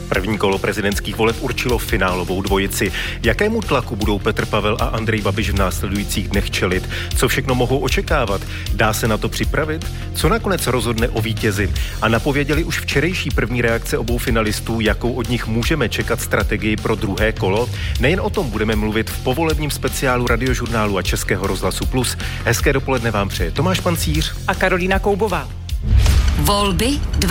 První kolo prezidentských voleb určilo finálovou dvojici. Jakému tlaku budou Petr Pavel a Andrej Babiš v následujících dnech čelit? Co všechno mohou očekávat? Dá se na to připravit? Co nakonec rozhodne o vítězi? A napověděli už včerejší první reakce obou finalistů, jakou od nich můžeme čekat strategii pro druhé kolo? Nejen o tom budeme mluvit v povolebním speciálu Radiožurnálu a Českého rozhlasu Plus. Hezké dopoledne vám přeje Tomáš Pancíř a Karolína Koubová. Volby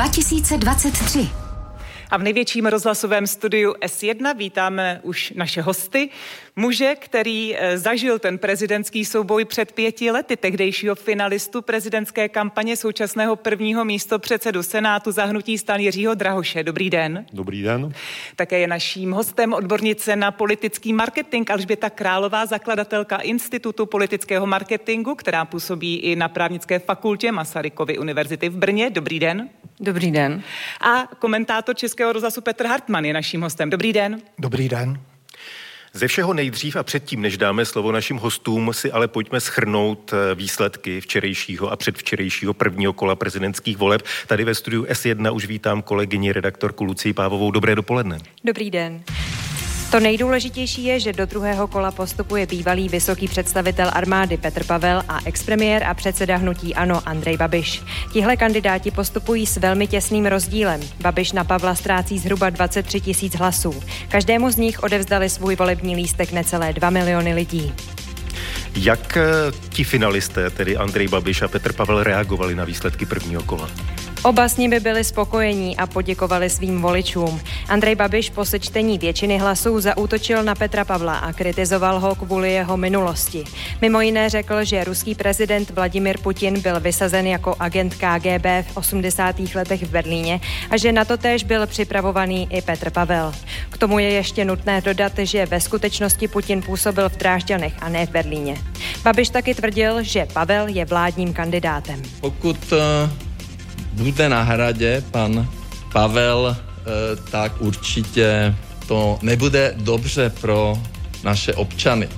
2023. A v největším rozhlasovém studiu S1 vítáme už naše hosty. Muže, který zažil ten prezidentský souboj před 5 lety, tehdejšího finalistu prezidentské kampaně, současného prvního místopředsedu Senátu za hnutí STAN Jiřího Drahoše. Dobrý den. Dobrý den. Také je naším hostem odbornice na politický marketing Alžběta Králová, zakladatelka Institutu politického marketingu, která působí i na právnické fakultě Masarykovy univerzity v Brně. Dobrý den. Dobrý den. A komentátor Českého rozhlasu Petr Hartman je naším hostem. Dobrý den. Dobrý den. Ze všeho nejdřív a předtím, než dáme slovo našim hostům, si ale pojďme shrnout výsledky včerejšího a předvčerejšího prvního kola prezidentských voleb. Tady ve studiu S1 už vítám kolegyni redaktorku Lucii Pávovou. Dobré dopoledne. Dobrý den. To nejdůležitější je, že do druhého kola postupuje bývalý vysoký představitel armády Petr Pavel a expremiér a předseda hnutí ANO Andrej Babiš. Tihle kandidáti postupují s velmi těsným rozdílem. Babiš na Pavla ztrácí zhruba 23 000 hlasů. Každému z nich odevzdali svůj volební lístek necelé 2 miliony lidí. Jak ti finalisté, tedy Andrej Babiš a Petr Pavel, reagovali na výsledky prvního kola? Oba s nimi byli spokojení a poděkovali svým voličům. Andrej Babiš po sečtení většiny hlasů zaútočil na Petra Pavla a kritizoval ho kvůli jeho minulosti. Mimo jiné řekl, že ruský prezident Vladimir Putin byl vysazen jako agent KGB v 80. letech v Berlíně a že na to též byl připravovaný i Petr Pavel. K tomu je ještě nutné dodat, že ve skutečnosti Putin působil v Drážďanech a ne v Berlíně. Babiš taky tvrdil, že Pavel je vládním kandidátem. Pokud bude na hradě pan Pavel, tak určitě to nebude dobře pro naše občany.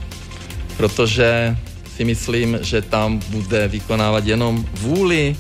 Protože si myslím, že tam bude vykonávat jenom vůli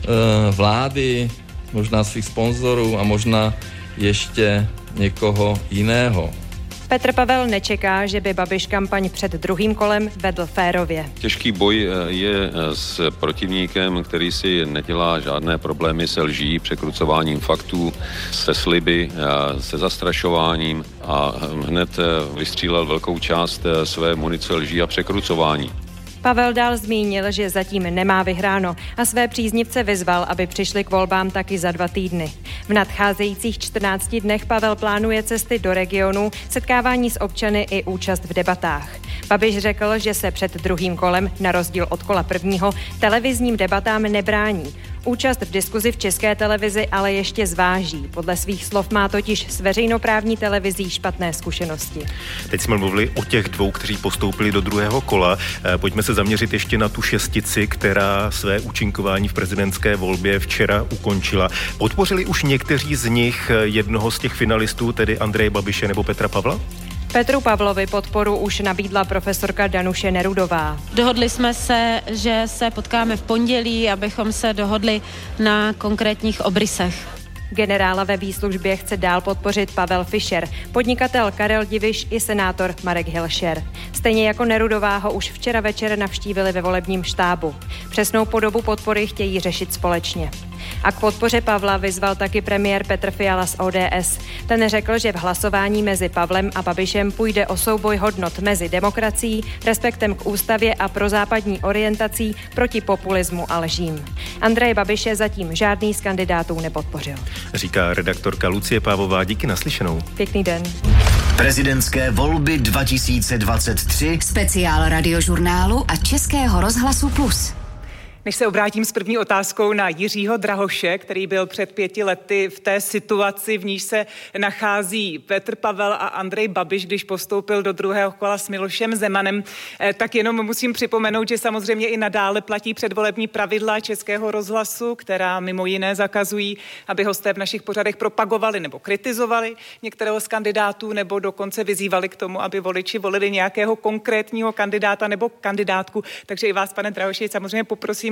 vlády, možná svých sponzorů a možná ještě někoho jiného. Petr Pavel nečeká, že by Babiš kampaň před druhým kolem vedl férově. Těžký boj je s protivníkem, který si nedělá žádné problémy se lží, překrucováním faktů, se sliby, se zastrašováním a hned vystřílel velkou část své munice lží a překrucování. Pavel dál zmínil, že zatím nemá vyhráno a své příznivce vyzval, aby přišli k volbám taky za 2 týdny. V nadcházejících 14 dnech Pavel plánuje cesty do regionu, setkávání s občany i účast v debatách. Babiš řekl, že se před druhým kolem, na rozdíl od kola prvního, televizním debatám nebrání. Účast v diskuzi v České televizi ale ještě zváží. Podle svých slov má totiž s veřejnoprávní televizí špatné zkušenosti. Teď jsme mluvili o těch dvou, kteří postoupili do druhého kola. Pojďme se zaměřit ještě na tu šestici, která své účinkování v prezidentské volbě včera ukončila. Podpořili už někteří z nich jednoho z těch finalistů, tedy Andreje Babiše nebo Petra Pavla? Petru Pavlovi podporu už nabídla profesorka Danuše Nerudová. Dohodli jsme se, že se potkáme v pondělí, abychom se dohodli na konkrétních obrysech. Generála ve výslužbě chce dál podpořit Pavel Fischer, podnikatel Karel Diviš i senátor Marek Hilšer. Stejně jako Nerudová ho už včera večer navštívili ve volebním štábu. Přesnou podobu podpory chtějí řešit společně. A k podpoře Pavla vyzval taky premiér Petr Fiala z ODS. Ten řekl, že v hlasování mezi Pavlem a Babišem půjde o souboj hodnot mezi demokracií, respektem k ústavě a prozápadní orientací proti populismu a lžím. Andreje Babiše zatím žádný z kandidátů nepodpořil. Říká redaktorka Lucie Pávová. Díky, naslyšenou. Pěkný den. Prezidentské volby 2023. Speciál Radiožurnálu a Českého rozhlasu Plus. Než se obrátím s první otázkou na Jiřího Drahoše, který byl před 5 lety v té situaci, v níž se nachází Petr Pavel a Andrej Babiš, když postoupil do druhého kola s Milošem Zemanem, tak jenom musím připomenout, že samozřejmě i nadále platí předvolební pravidla Českého rozhlasu, která mimo jiné zakazují, aby hosté v našich pořadech propagovali nebo kritizovali některého z kandidátů, nebo dokonce vyzývali k tomu, aby voliči volili nějakého konkrétního kandidáta nebo kandidátku. Takže i vás, pane Drahoši, samozřejmě poprosím,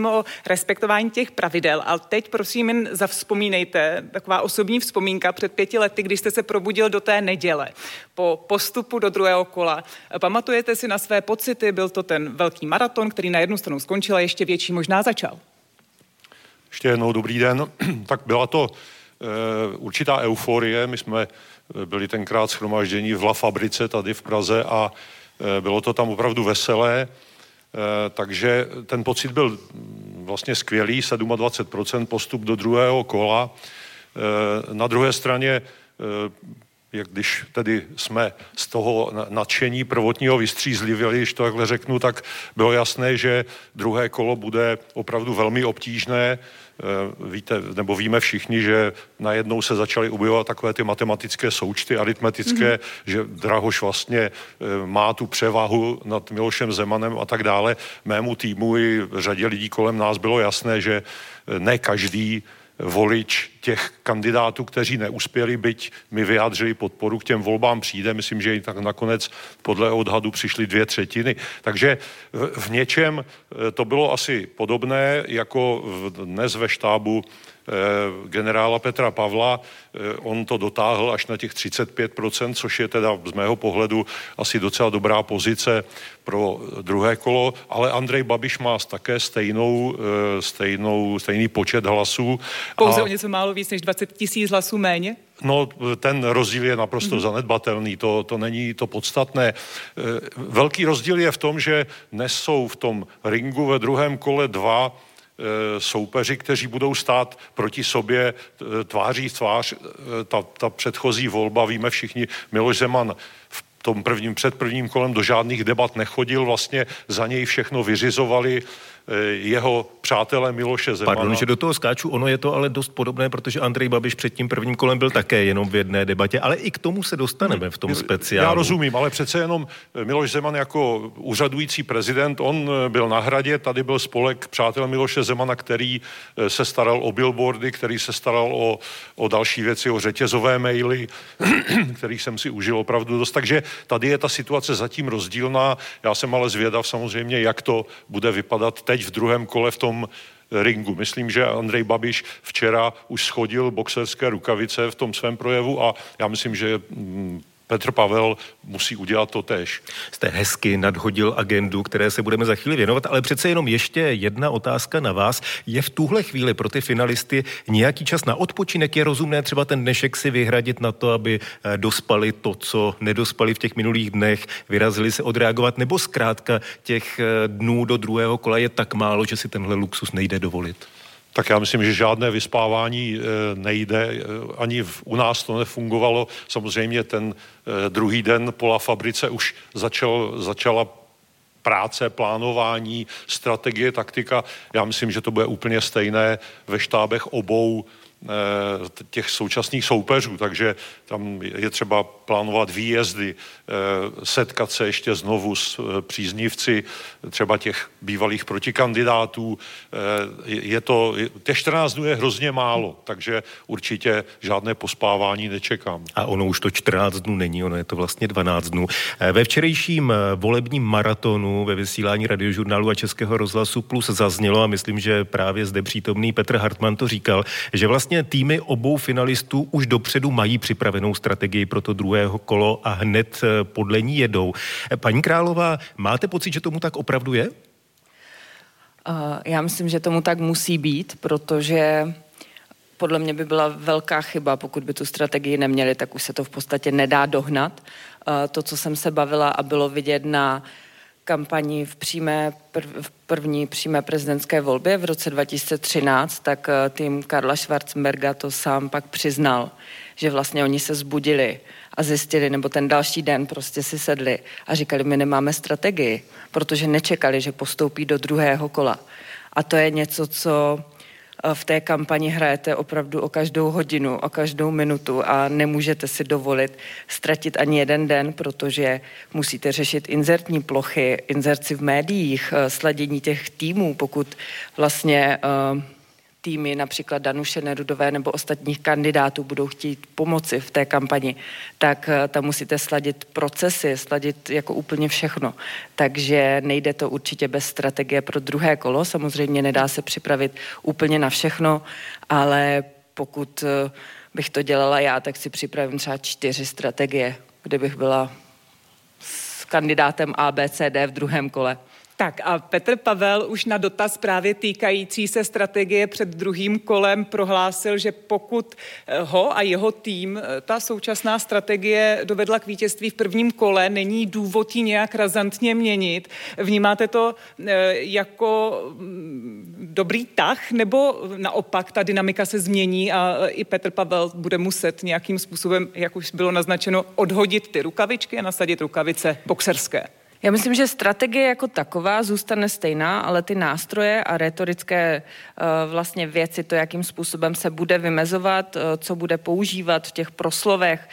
přímo o respektování těch pravidel. Ale teď prosím jen zavzpomínejte, taková osobní vzpomínka před 5 lety, když jste se probudil do té neděle po postupu do druhého kola. Pamatujete si na své pocity? Byl to ten velký maraton, který na jednu stranu skončil a ještě větší možná začal. Ještě jednou dobrý den. Tak byla to určitá euforie. My jsme byli tenkrát shromáždění v La Fabrice tady v Praze a bylo to tam opravdu veselé. Takže ten pocit byl vlastně skvělý, 27% postup do druhého kola. Na druhé straně, jak když tedy jsme z toho nadšení prvotního vystřízlivěli, když to takhle řeknu, tak bylo jasné, že druhé kolo bude opravdu velmi obtížné. Víte, nebo víme všichni, že najednou se začaly objevovat takové ty matematické součty, aritmetické, že Drahoš vlastně má tu převahu nad Milošem Zemanem a tak dále. Mému týmu i řadě lidí kolem nás bylo jasné, že ne každý volič těch kandidátů, kteří neuspěli, byť mi vyjádřili podporu k těm volbám přijde. Myslím, že i tak nakonec podle odhadu přišly 2/3. Takže v něčem to bylo asi podobné, jako dnes ve štábu generála Petra Pavla. On to dotáhl až na těch 35%, což je teda z mého pohledu asi docela dobrá pozice pro druhé kolo, ale Andrej Babiš má také stejný počet hlasů. Pouze o něco málo víc než 20 000 hlasů méně? No, ten rozdíl je naprosto zanedbatelný, to není to podstatné. Velký rozdíl je v tom, že dnes jsou v tom ringu ve druhém kole 2 soupeři, kteří budou stát proti sobě tváří v tvář. Ta předchozí volba, víme všichni, Miloš Zeman v tom před prvním kolem do žádných debat nechodil, vlastně za něj všechno vyřizovali jeho přátelé Miloše Zemana. Pardon, že do toho skáču, ono je to ale dost podobné, protože Andrej Babiš před tím prvním kolem byl také jenom v jedné debatě, ale i k tomu se dostaneme v tom speciálu. Já rozumím, ale přece jenom Miloš Zeman jako úřadující prezident, on byl na Hradě, tady byl spolek přátel Miloše Zemana, který se staral o billboardy, který se staral o další věci, o řetězové maily, kterých jsem si užil opravdu dost. Takže tady je ta situace zatím rozdílná. Já jsem ale zvědav samozřejmě, jak to bude vypadat teď v druhém kole v tom ringu. Myslím, že Andrej Babiš včera už shodil boxerské rukavice v tom svém projevu a já myslím, že Petr Pavel musí udělat to též. Jste hezky nadhodil agendu, které se budeme za chvíli věnovat, ale přece jenom ještě jedna otázka na vás. Je v tuhle chvíli pro ty finalisty nějaký čas na odpočinek? Je rozumné třeba ten dnešek si vyhradit na to, aby dospali to, co nedospali v těch minulých dnech, vyrazili se odreagovat, nebo zkrátka těch dnů do druhého kola je tak málo, že si tenhle luxus nejde dovolit? Tak já myslím, že žádné vyspávání nejde, ani u nás to nefungovalo. Samozřejmě ten druhý den po La Fabrice už začala práce, plánování, strategie, taktika. Já myslím, že to bude úplně stejné ve štábech obou těch současných soupeřů, takže tam je třeba plánovat výjezdy, setkat se ještě znovu s příznivci třeba těch bývalých protikandidátů. Těch 14 dnů je hrozně málo, takže určitě žádné pospávání nečekám. A ono už to 14 dnů není, ono je to vlastně 12 dnů. Ve včerejším volebním maratonu ve vysílání Radiožurnálu a Českého rozhlasu Plus zaznělo, a myslím, že právě zde přítomný Petr Hartmann to říkal, že vlastně týmy obou finalistů už dopředu mají připravenou strategii pro to druhého kolo a hned podle ní jedou. Paní Králová, máte pocit, že tomu tak opravdu je? Já myslím, že tomu tak musí být, protože podle mě by byla velká chyba, pokud by tu strategii neměli, tak už se to v podstatě nedá dohnat. To, co jsem se bavila a bylo vidět na kampani v první přímé prezidentské volbě v roce 2013, tak tým Karla Schwarzenberga to sám pak přiznal, že vlastně oni se zbudili a zjistili, nebo ten další den prostě si sedli a říkali, my nemáme strategii, protože nečekali, že postoupí do druhého kola. A to je něco, co v té kampani hrajete opravdu o každou hodinu, o každou minutu a nemůžete si dovolit ztratit ani jeden den, protože musíte řešit inzertní plochy, inzerci v médiích, sladění těch týmů, pokud vlastně týmy například Danuše Nerudové nebo ostatních kandidátů budou chtít pomoci v té kampani, tak tam musíte sladit procesy, sladit jako úplně všechno. Takže nejde to určitě bez strategie pro druhé kolo. Samozřejmě nedá se připravit úplně na všechno, ale pokud bych to dělala já, tak si připravím třeba 4 strategie, kde bych byla s kandidátem ABCD v druhém kole. Tak a Petr Pavel už na dotaz právě týkající se strategie před druhým kolem prohlásil, že pokud ho a jeho tým ta současná strategie dovedla k vítězství v prvním kole, není důvod ji nějak razantně měnit. Vnímáte to jako dobrý tah, nebo naopak ta dynamika se změní a i Petr Pavel bude muset nějakým způsobem, jak už bylo naznačeno, odhodit ty rukavičky a nasadit rukavice boxerské? Já myslím, že strategie jako taková zůstane stejná, ale ty nástroje a retorické vlastně věci, to, jakým způsobem se bude vymezovat, co bude používat v těch proslovech,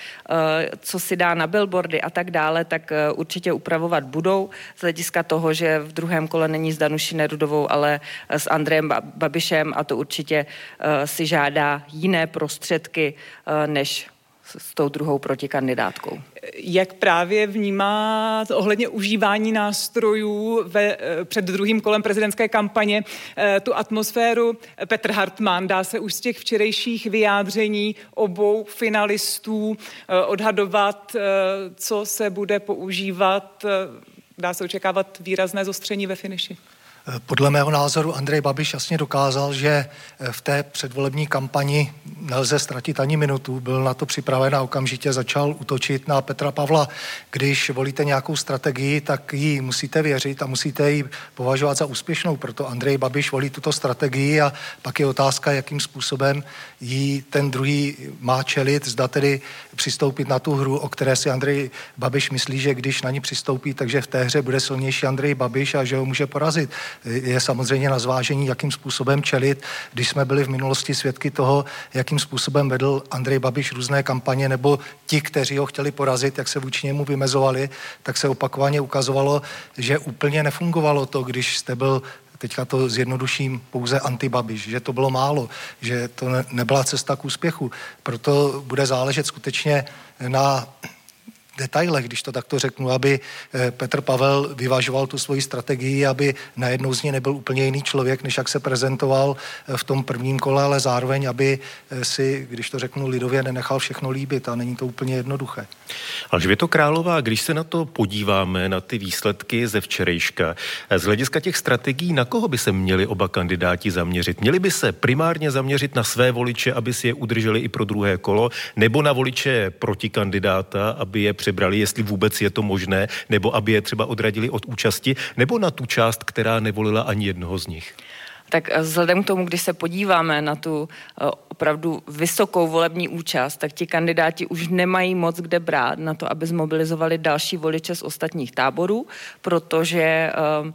co si dá na billboardy a tak dále, tak určitě upravovat budou. Z hlediska toho, že v druhém kole není s Danuší Nerudovou, ale s Andrejem Babišem a to určitě si žádá jiné prostředky, než s tou druhou protikandidátkou. Jak právě vnímá ohledně užívání nástrojů před druhým kolem prezidentské kampaně tu atmosféru Petr Hartmann? Dá se už z těch včerejších vyjádření obou finalistů odhadovat, co se bude používat? Dá se očekávat výrazné zostření ve finiši? Podle mého názoru Andrej Babiš jasně dokázal, že v té předvolební kampani nelze ztratit ani minutu. Byl na to připraven a okamžitě začal útočit na Petra Pavla. Když volíte nějakou strategii, tak jí musíte věřit a musíte ji považovat za úspěšnou. Proto Andrej Babiš volí tuto strategii a pak je otázka, jakým způsobem jí ten druhý má čelit. Zda tedy přistoupit na tu hru, o které si Andrej Babiš myslí, že když na ní přistoupí, takže v té hře bude silnější Andrej Babiš a že ho může porazit. Je samozřejmě na zvážení, jakým způsobem čelit. Když jsme byli v minulosti svědky toho, jakým způsobem vedl Andrej Babiš různé kampaně, nebo ti, kteří ho chtěli porazit, jak se vůči němu vymezovali, tak se opakovaně ukazovalo, že úplně nefungovalo to, když jste byl, teďka to zjednoduším, pouze anti-Babiš, že to bylo málo, že to nebyla cesta k úspěchu. Proto bude záležet skutečně na detailech, když to takto řeknu, aby Petr Pavel vyvažoval tu svoji strategii, aby najednou z ní nebyl úplně jiný člověk, než jak se prezentoval v tom prvním kole, ale zároveň, aby si, když to řeknu lidově, nenechal všechno líbit a není to úplně jednoduché. Alžběto Králová, když se na to podíváme, na ty výsledky ze včerejška, z hlediska těch strategií, na koho by se měli oba kandidáti zaměřit? Měli by se primárně zaměřit na své voliče, aby si je udrželi i pro druhé kolo, nebo na voliče protikandidáta, aby je přebrali, jestli vůbec je to možné, nebo aby je třeba odradili od účasti, nebo na tu část, která nevolila ani jednoho z nich? Tak vzhledem k tomu, když se podíváme na tu opravdu vysokou volební účast, tak ti kandidáti už nemají moc kde brát na to, aby zmobilizovali další voliče z ostatních táborů, protože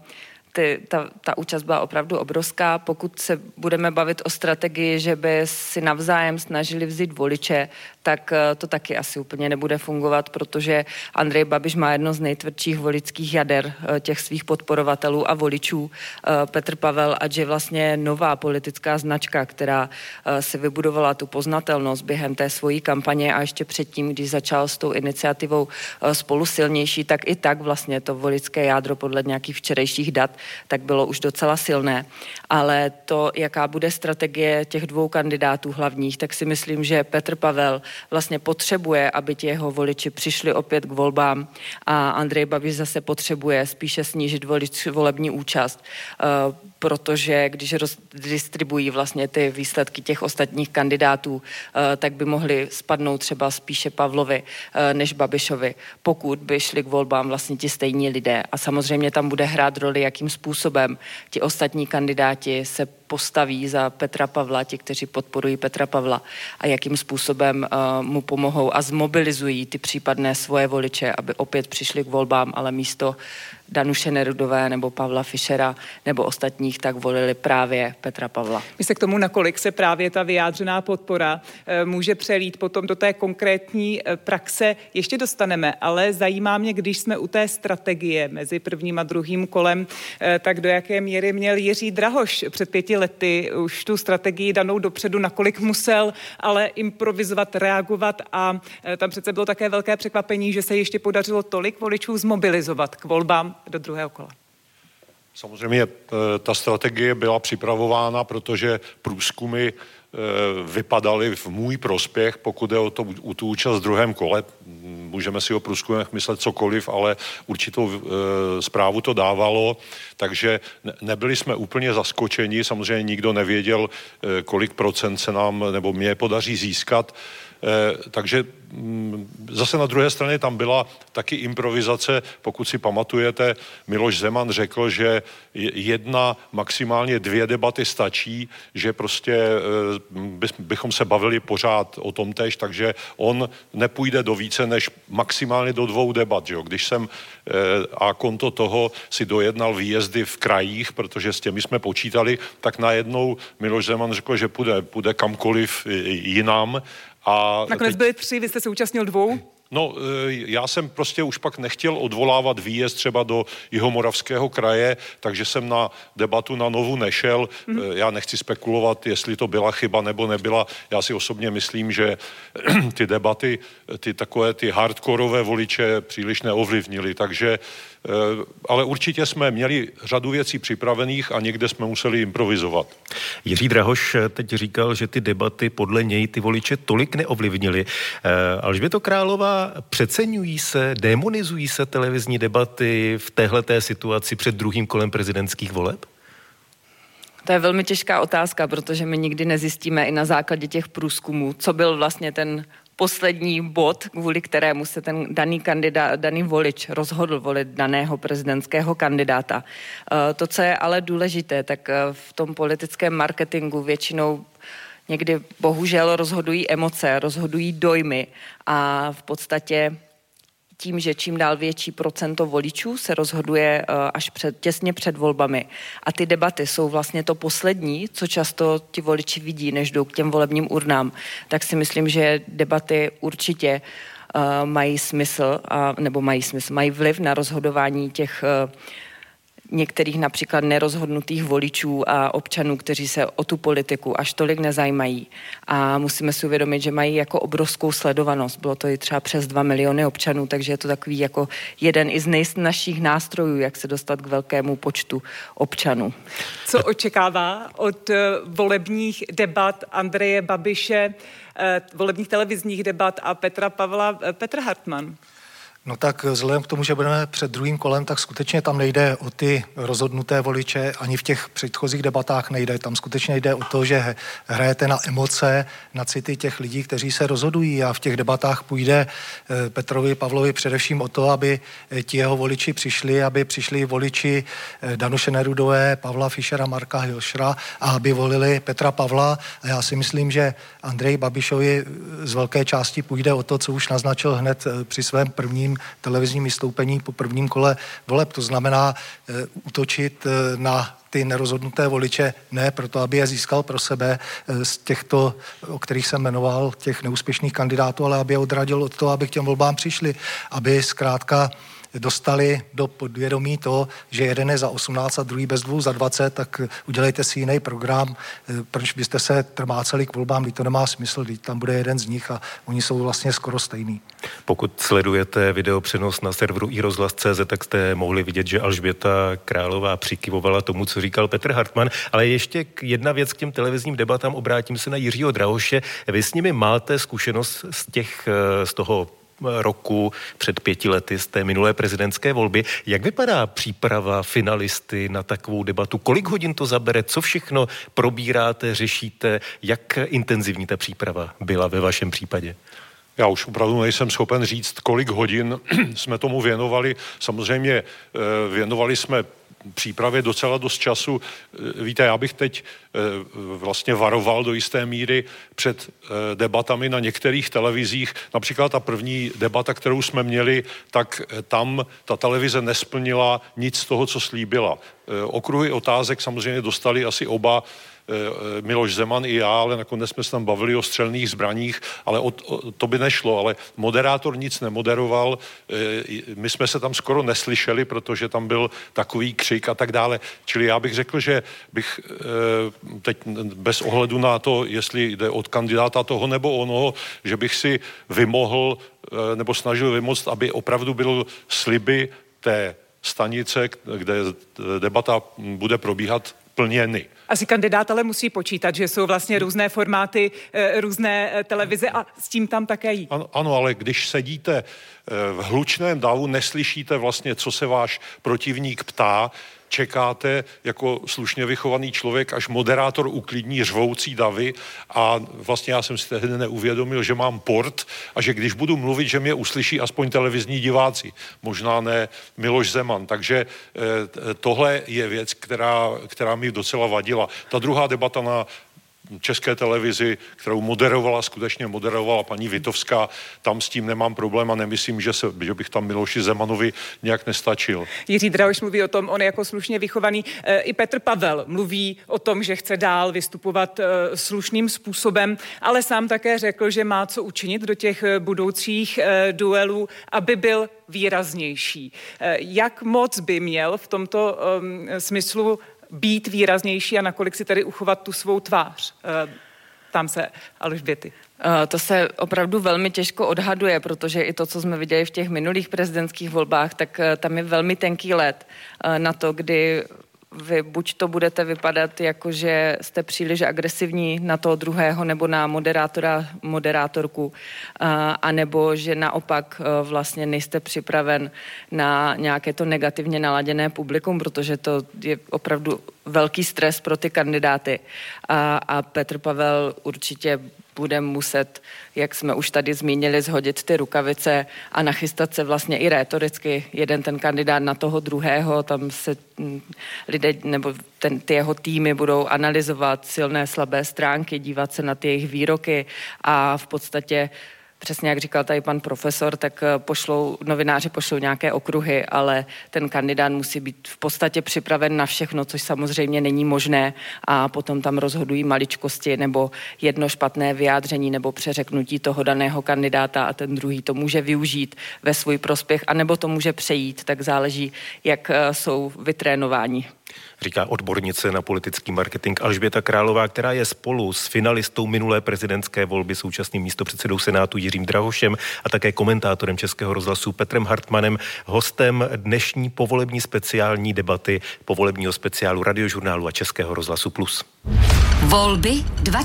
ta účast byla opravdu obrovská. Pokud se budeme bavit o strategii, že by si navzájem snažili vzít voliče, tak to taky asi úplně nebude fungovat, protože Andrej Babiš má jedno z nejtvrdších voličských jader těch svých podporovatelů a voličů. Petr Pavel, ať je vlastně nová politická značka, která si vybudovala tu poznatelnost během té svojí kampaně a ještě předtím, když začal s tou iniciativou Spolu silnější, tak i tak vlastně to voličské jádro podle nějakých včerejších dat tak bylo už docela silné. Ale to, jaká bude strategie těch dvou kandidátů hlavních, tak si myslím, že Petr Pavel vlastně potřebuje, aby ti jeho voliči přišli opět k volbám a Andrej Babiš zase potřebuje spíše snížit volební účast, protože když distribuují vlastně ty výsledky těch ostatních kandidátů, tak by mohli spadnout třeba spíše Pavlovi než Babišovi, pokud by šli k volbám vlastně ti stejní lidé. A samozřejmě tam bude hrát roli, jakým způsobem ti ostatní kandidáti se postaví za Petra Pavla, ti, kteří podporují Petra Pavla a jakým způsobem mu pomohou a zmobilizují ty případné svoje voliče, aby opět přišli k volbám, ale místo Danuše Nerudové nebo Pavla Fischera nebo ostatních, tak volili právě Petra Pavla. My se k tomu, nakolik se právě ta vyjádřená podpora může přelít potom do té konkrétní praxe, ještě dostaneme, ale zajímá mě, když jsme u té strategie mezi prvním a druhým kolem, tak do jaké míry měl Jiří Drahoš před 5 lety už tu strategii danou dopředu, nakolik musel ale improvizovat, reagovat a tam přece bylo také velké překvapení, že se ještě podařilo tolik voličů zmobilizovat k volbám do druhého kola. Samozřejmě ta strategie byla připravována, protože průzkumy vypadaly v můj prospěch, pokud je o tu účast v druhém kole. Můžeme si o průzkumech myslet cokoliv, ale určitou zprávu to dávalo, takže nebyli jsme úplně zaskočeni, samozřejmě nikdo nevěděl, kolik procent se nám nebo mě podaří získat. Takže zase na druhé straně tam byla taky improvizace, pokud si pamatujete, Miloš Zeman řekl, že 1, maximálně 2 debaty stačí, že prostě bychom se bavili pořád o tom též, takže on nepůjde do více než maximálně do 2 debat, že jo? Když jsem a konto toho si dojednal výjezdy v krajích, protože s těmi jsme počítali, tak najednou Miloš Zeman řekl, že půjde kamkoliv jinam. A nakonec byly 3, vy jste se účastnil 2? No, já jsem prostě už pak nechtěl odvolávat výjezd třeba do Jihomoravského kraje, takže jsem na debatu na Novu nešel. Já nechci spekulovat, jestli to byla chyba nebo nebyla. Já si osobně myslím, že ty debaty, ty hardkorové voliče příliš neovlivnily, takže ale určitě jsme měli řadu věcí připravených a někde jsme museli improvizovat. Jiří Drahoš teď říkal, že ty debaty podle něj ty voliče tolik neovlivnily. Alžběto Králová, přeceňují se, demonizují se televizní debaty v téhleté situaci před druhým kolem prezidentských voleb? To je velmi těžká otázka, protože my nikdy nezjistíme i na základě těch průzkumů, co byl vlastně ten poslední bod, kvůli kterému se ten daný volič rozhodl volit daného prezidentského kandidáta. To, co je ale důležité, tak v tom politickém marketingu většinou někdy bohužel rozhodují emoce, rozhodují dojmy a v podstatě tím, že čím dál větší procento voličů se rozhoduje až těsně před volbami. A ty debaty jsou vlastně to poslední, co často ti voliči vidí, než jdou k těm volebním urnám. Tak si myslím, že debaty určitě mají smysl, mají vliv na rozhodování těch některých například nerozhodnutých voličů a občanů, kteří se o tu politiku až tolik nezajímají. A musíme si uvědomit, že mají jako obrovskou sledovanost. Bylo to i třeba přes 2 miliony občanů, takže je to takový jako jeden i z nejsnažších nástrojů, jak se dostat k velkému počtu občanů. Co očekává od volebních debat Andreje Babiše, volebních televizních debat a Petra Pavla Petr Hartman? No tak vzhledem k tomu, že budeme před druhým kolem, tak skutečně tam nejde o ty rozhodnuté voliče, ani v těch předchozích debatách nejde. Tam skutečně jde o to, že hrajete na emoce, na city těch lidí, kteří se rozhodují a v těch debatách půjde Petrovi Pavlovi především o to, aby ti jeho voliči přišli, aby přišli voliči Danuše Nerudové, Pavla Fischera, Marka Hilšera a aby volili Petra Pavla. A já si myslím, že Andreji Babišovi z velké části půjde o to, co už naznačil hned při svém prvním televizním vystoupení po prvním kole voleb. To znamená útočit na ty nerozhodnuté voliče, ne proto, aby je získal pro sebe z těchto, o kterých jsem jmenoval, těch neúspěšných kandidátů, ale aby je odradil od toho, aby k těm volbám přišli, aby zkrátka dostali do podvědomí to, že jeden je za 18 a druhý bez 2 za 20, tak udělejte si jiný program. Proč byste se trmáceli k volbám, když to nemá smysl, když tam bude jeden z nich a oni jsou vlastně skoro stejný. Pokud sledujete videopřenos na serveru iRozhlas.cz, tak jste mohli vidět, že Alžběta Králová přikyvovala tomu, co říkal Petr Hartman, ale ještě jedna věc k těm televizním debatám, obrátím se na Jiřího Drahoše. Vy s nimi máte zkušenost z toho roku před 5 lety z té minulé prezidentské volby. Jak vypadá příprava finalisty na takovou debatu? Kolik hodin to zabere? Co všechno probíráte, řešíte? Jak intenzivní ta příprava byla ve vašem případě? Já už opravdu nejsem schopen říct, kolik hodin jsme tomu věnovali. Samozřejmě věnovali jsme přípravě docela dost času. Víte, já bych teď vlastně varoval do jisté míry před debatami na některých televizích. Například ta první debata, kterou jsme měli, tak tam ta televize nesplnila nic z toho, co slíbila. Okruhy otázek samozřejmě dostali asi oba, Miloš Zeman i já, ale nakonec jsme se tam bavili o střelných zbraních, ale to by nešlo, ale moderátor nic nemoderoval, my jsme se tam skoro neslyšeli, protože tam byl takový křik a tak dále. Čili já bych řekl, že bych teď bez ohledu na to, jestli jde od kandidáta toho nebo onoho, že bych si vymohl nebo snažil vymoct, aby opravdu bylo sliby té stanice, kde debata bude probíhat, plněny. Asi kandidát ale musí počítat, že jsou vlastně různé formáty, různé televize a s tím tam také jít. Ano, ale když sedíte v hlučném davu, neslyšíte vlastně, co se váš protivník ptá, čekáte jako slušně vychovaný člověk, až moderátor uklidní řvoucí davy a vlastně já jsem si tehdy neuvědomil, že mám port a že když budu mluvit, že mě uslyší aspoň televizní diváci, možná ne Miloš Zeman. Takže tohle je věc, která mi docela vadila. Ta druhá debata na České televizi, kterou skutečně moderovala paní Vitovská, tam s tím nemám problém a nemyslím, že bych tam Miloši Zemanovi nějak nestačil. Jiří Drahoš mluví o tom, on je jako slušně vychovaný. I Petr Pavel mluví o tom, že chce dál vystupovat slušným způsobem, ale sám také řekl, že má co učinit do těch budoucích duelů, aby byl výraznější. Jak moc by měl v tomto smyslu být výraznější a nakolik si tedy uchovat tu svou tvář? Tam se Alžběty. To se opravdu velmi těžko odhaduje, protože i to, co jsme viděli v těch minulých prezidentských volbách, tak tam je velmi tenký led na to, kdy vy buď to budete vypadat jako, že jste příliš agresivní na toho druhého nebo na moderátorku, anebo že naopak vlastně nejste připraven na nějaké to negativně naladěné publikum, protože to je opravdu velký stres pro ty kandidáty. A Petr Pavel určitě bude muset, jak jsme už tady zmínili, zhodit ty rukavice a nachystat se vlastně i rétoricky jeden ten kandidát na toho druhého, tam se lidé nebo ty jeho týmy budou analyzovat silné, slabé stránky, dívat se na ty jejich výroky a v podstatě přesně jak říkal tady pan profesor, tak novináři pošlou nějaké okruhy, ale ten kandidát musí být v podstatě připraven na všechno, což samozřejmě není možné a potom tam rozhodují maličkosti nebo jedno špatné vyjádření nebo přeřeknutí toho daného kandidáta a ten druhý to může využít ve svůj prospěch, anebo to může přejít, tak záleží, jak jsou vytrénováni. Říká odbornice na politický marketing Alžběta Králová, která je spolu s finalistou minulé prezidentské volby, současným místopředsedou Senátu Jiřím Drahošem a také komentátorem Českého rozhlasu Petrem Hartmanem, hostem dnešní povolební speciální debaty povolebního speciálu Radiožurnálu a Českého rozhlasu Plus. Volby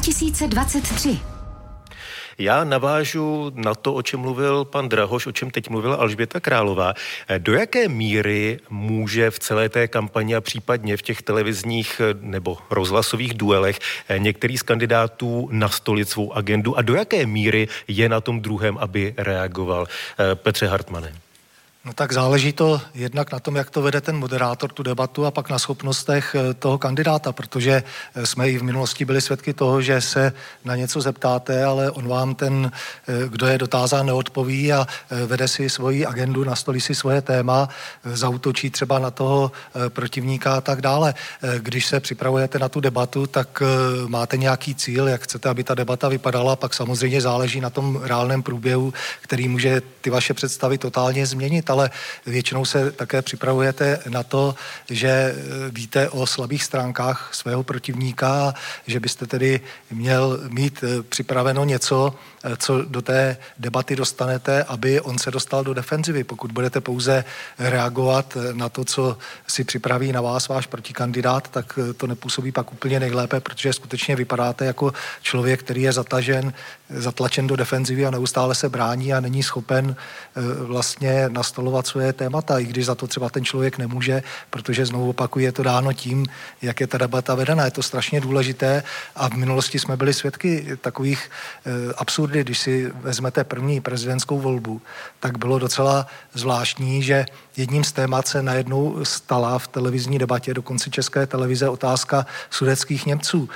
2023. Já navážu na to, o čem mluvil pan Drahoš, o čem teď mluvila Alžběta Králová. Do jaké míry může v celé té kampani a případně v těch televizních nebo rozhlasových duelech některý z kandidátů nastolit svou agendu a do jaké míry je na tom druhém, aby reagoval? Petře Hartmane. No tak záleží to jednak na tom, jak to vede ten moderátor, tu debatu, a pak na schopnostech toho kandidáta, protože jsme i v minulosti byli svědky toho, že se na něco zeptáte, ale on vám ten, kdo je dotázán, neodpoví a vede si svoji agendu, nastolí si svoje téma, zaútočí třeba na toho protivníka a tak dále. Když se připravujete na tu debatu, tak máte nějaký cíl, jak chcete, aby ta debata vypadala, pak samozřejmě záleží na tom reálném průběhu, který může ty vaše představy totálně změnit, ale většinou se také připravujete na to, že víte o slabých stránkách svého protivníka, že byste tedy měl mít připraveno něco, co do té debaty dostanete, aby on se dostal do defenzivy. Pokud budete pouze reagovat na to, co si připraví na vás váš protikandidát, tak to nepůsobí pak úplně nejlépe, protože skutečně vypadáte jako člověk, který je zatlačen do defenzivy a neustále se brání a není schopen vlastně nastolovat nastolovat svoje témata, i když za to třeba ten člověk nemůže, protože znovu opakuju, je to dáno tím, jak je ta debata vedena. Je to strašně důležité a v minulosti jsme byli svědky takových absurdit. Když si vezmete první prezidentskou volbu, tak bylo docela zvláštní, že jedním z témat se najednou stala v televizní debatě, dokonce České televize, otázka sudetských Němců.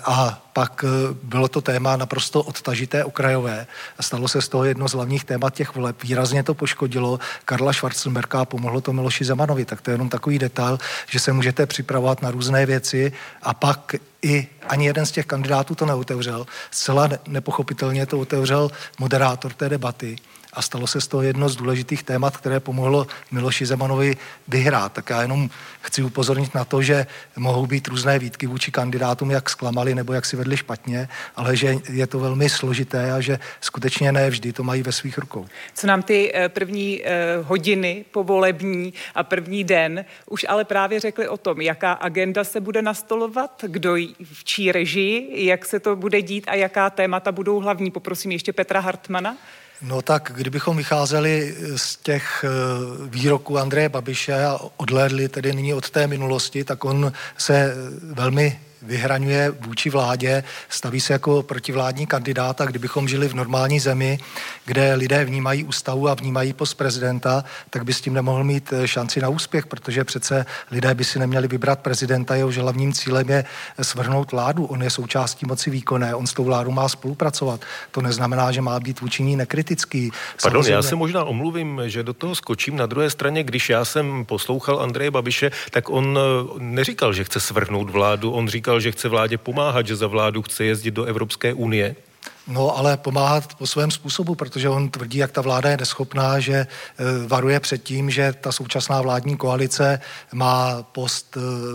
A pak bylo to téma naprosto odtažité, okrajové. Stalo se z toho jedno z hlavních témat těch voleb. Výrazně to poškodilo Karla Schwarzenberga a pomohlo to Miloši Zemanovi. Tak to je jenom takový detail, že se můžete připravovat na různé věci a pak ani jeden z těch kandidátů to neotevřel. Zcela nepochopitelně to otevřel moderátor té debaty. A stalo se z toho jedno z důležitých témat, které pomohlo Miloši Zemanovi vyhrát. Tak já jenom chci upozornit na to, že mohou být různé výtky vůči kandidátům, jak zklamali nebo jak si vedli špatně, ale že je to velmi složité a že skutečně ne vždy to mají ve svých rukou. Co nám ty první hodiny povolební a první den už ale právě řekli o tom, jaká agenda se bude nastolovat, kdo v čí režii, jak se to bude dít a jaká témata budou hlavní. Poprosím ještě Petra Hartmana. No tak, kdybychom vycházeli z těch výroků Andreje Babiše a odhlédli tedy nyní od té minulosti, tak on se velmi vyhraňuje vůči vládě, staví se jako protivládní kandidát a kdybychom žili v normální zemi, kde lidé vnímají ústavu a vnímají post prezidenta, tak by s tím nemohl mít šanci na úspěch, protože přece lidé by si neměli vybrat prezidenta, jehož hlavním cílem je svrhnout vládu. On je součástí moci výkonné, on s tou vládou má spolupracovat. To neznamená, že má být vůči ní nekritický. Pardon, já se možná omluvím, že do toho skočím. Na druhé straně, když já jsem poslouchal Andreje Babiše, tak on neříkal, že chce svrhnout vládu, on říkal, že chce vládě pomáhat, že za vládu chce jezdit do Evropské unie. No, ale pomáhat po svém způsobu, protože on tvrdí, jak ta vláda je neschopná, že varuje před tím, že ta současná vládní koalice má post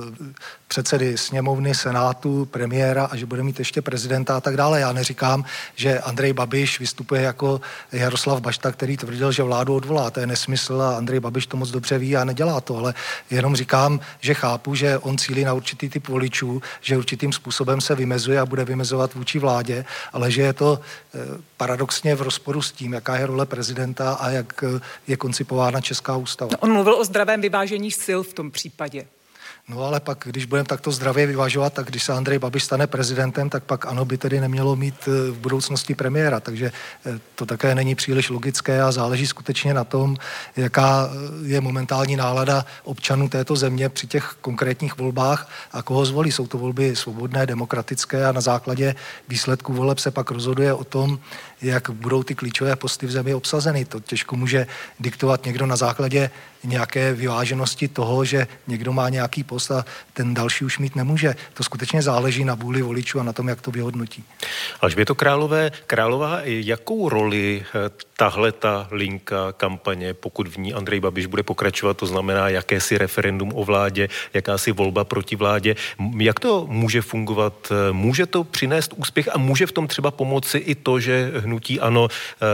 předsedy sněmovny, senátu, premiéra a že bude mít ještě prezidenta a tak dále. Já neříkám, že Andrej Babiš vystupuje jako Jaroslav Bašta, který tvrdil, že vládu odvolá. To je nesmysl a Andrej Babiš to moc dobře ví a nedělá to, ale jenom říkám, že chápu, že on cílí na určitý typ voličů, že určitým způsobem se vymezuje a bude vymezovat vůči vládě, ale že je to paradoxně v rozporu s tím, jaká je role prezidenta a jak je koncipována česká ústava. No, on mluvil o zdravém vyvážení sil v tom případě. No ale pak, když budeme takto zdravě vyvažovat, tak když se Andrej Babiš stane prezidentem, tak pak ANO by tedy nemělo mít v budoucnosti premiéra, takže to také není příliš logické a záleží skutečně na tom, jaká je momentální nálada občanů této země při těch konkrétních volbách a koho zvolí. Jsou to volby svobodné, demokratické a na základě výsledků voleb se pak rozhoduje o tom, jak budou ty klíčové posty v zemi obsazeny. To těžko může diktovat někdo na základě nějaké vyváženosti toho, že někdo má nějaký post a ten další už mít nemůže. To skutečně záleží na vůli voličů a na tom, jak to vyhodnotí. Alžběto Králová, jakou roli tahleta linka kampaně, pokud v ní Andrej Babiš bude pokračovat, to znamená jakési referendum o vládě, jakási volba proti vládě, jak to může fungovat? Může to přinést úspěch a může v tom třeba pomoci i to, že hnutí ANO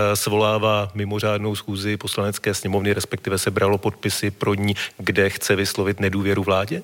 svolává mimořádnou schůzi Poslanecké sněmovny, respektive se bralo podpisy pro ní, kde chce vyslovit nedůvěru vládě?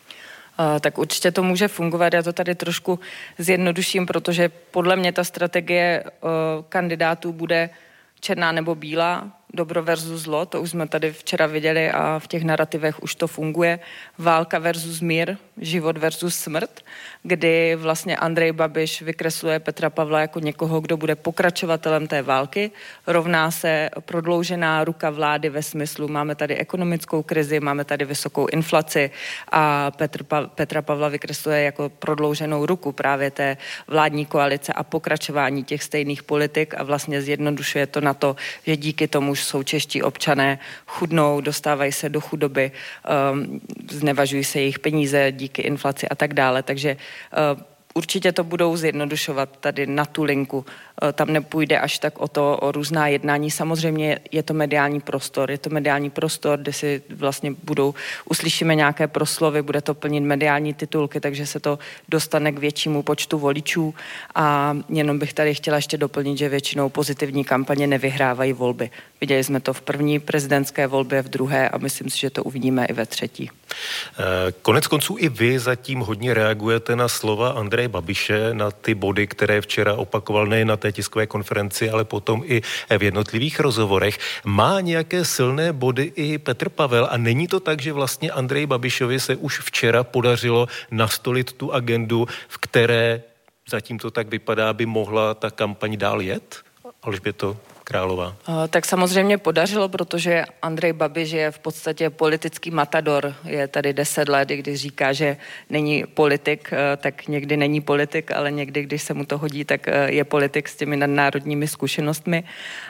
Tak určitě to může fungovat. Já to tady trošku zjednoduším, protože podle mě ta strategie kandidátů bude černá nebo bílá, dobro versus zlo, to už jsme tady včera viděli a v těch narrativech už to funguje. Válka versus mír, život versus smrt, kdy vlastně Andrej Babiš vykresluje Petra Pavla jako někoho, kdo bude pokračovatelem té války. Rovná se prodloužená ruka vlády ve smyslu, máme tady ekonomickou krizi, máme tady vysokou inflaci a Petra Pavla vykresluje jako prodlouženou ruku právě té vládní koalice a pokračování těch stejných politik a vlastně zjednodušuje to na to, že díky tomu jsou čeští občané chudnou, dostávají se do chudoby, znevažují se jejich peníze díky inflaci a tak dále. Takže určitě to budou zjednodušovat tady na tu linku. Tam nepůjde až tak o různá jednání. Samozřejmě je to mediální prostor, kde si vlastně uslyšíme nějaké proslovy, bude to plnit mediální titulky, takže se to dostane k většímu počtu voličů a jenom bych tady chtěla ještě doplnit, že většinou pozitivní kampaně nevyhrávají volby. Viděli jsme to v první prezidentské volbě, v druhé a myslím si, že to uvidíme i ve třetí. Konec konců i vy zatím hodně reagujete na slova Andreje Babiše, na ty body, které včera opakoval nejen na té tiskové konferenci, ale potom i v jednotlivých rozhovorech. Má nějaké silné body i Petr Pavel a není to tak, že vlastně Andreji Babišovi se už včera podařilo nastolit tu agendu, v které zatím to tak vypadá, by mohla ta kampaň dál jet? Alžběto Králová. Tak samozřejmě podařilo, protože Andrej Babiš je v podstatě politický matador. Je tady 10 let, když říká, že není politik, tak někdy není politik, ale někdy, když se mu to hodí, tak je politik s těmi nadnárodními zkušenostmi.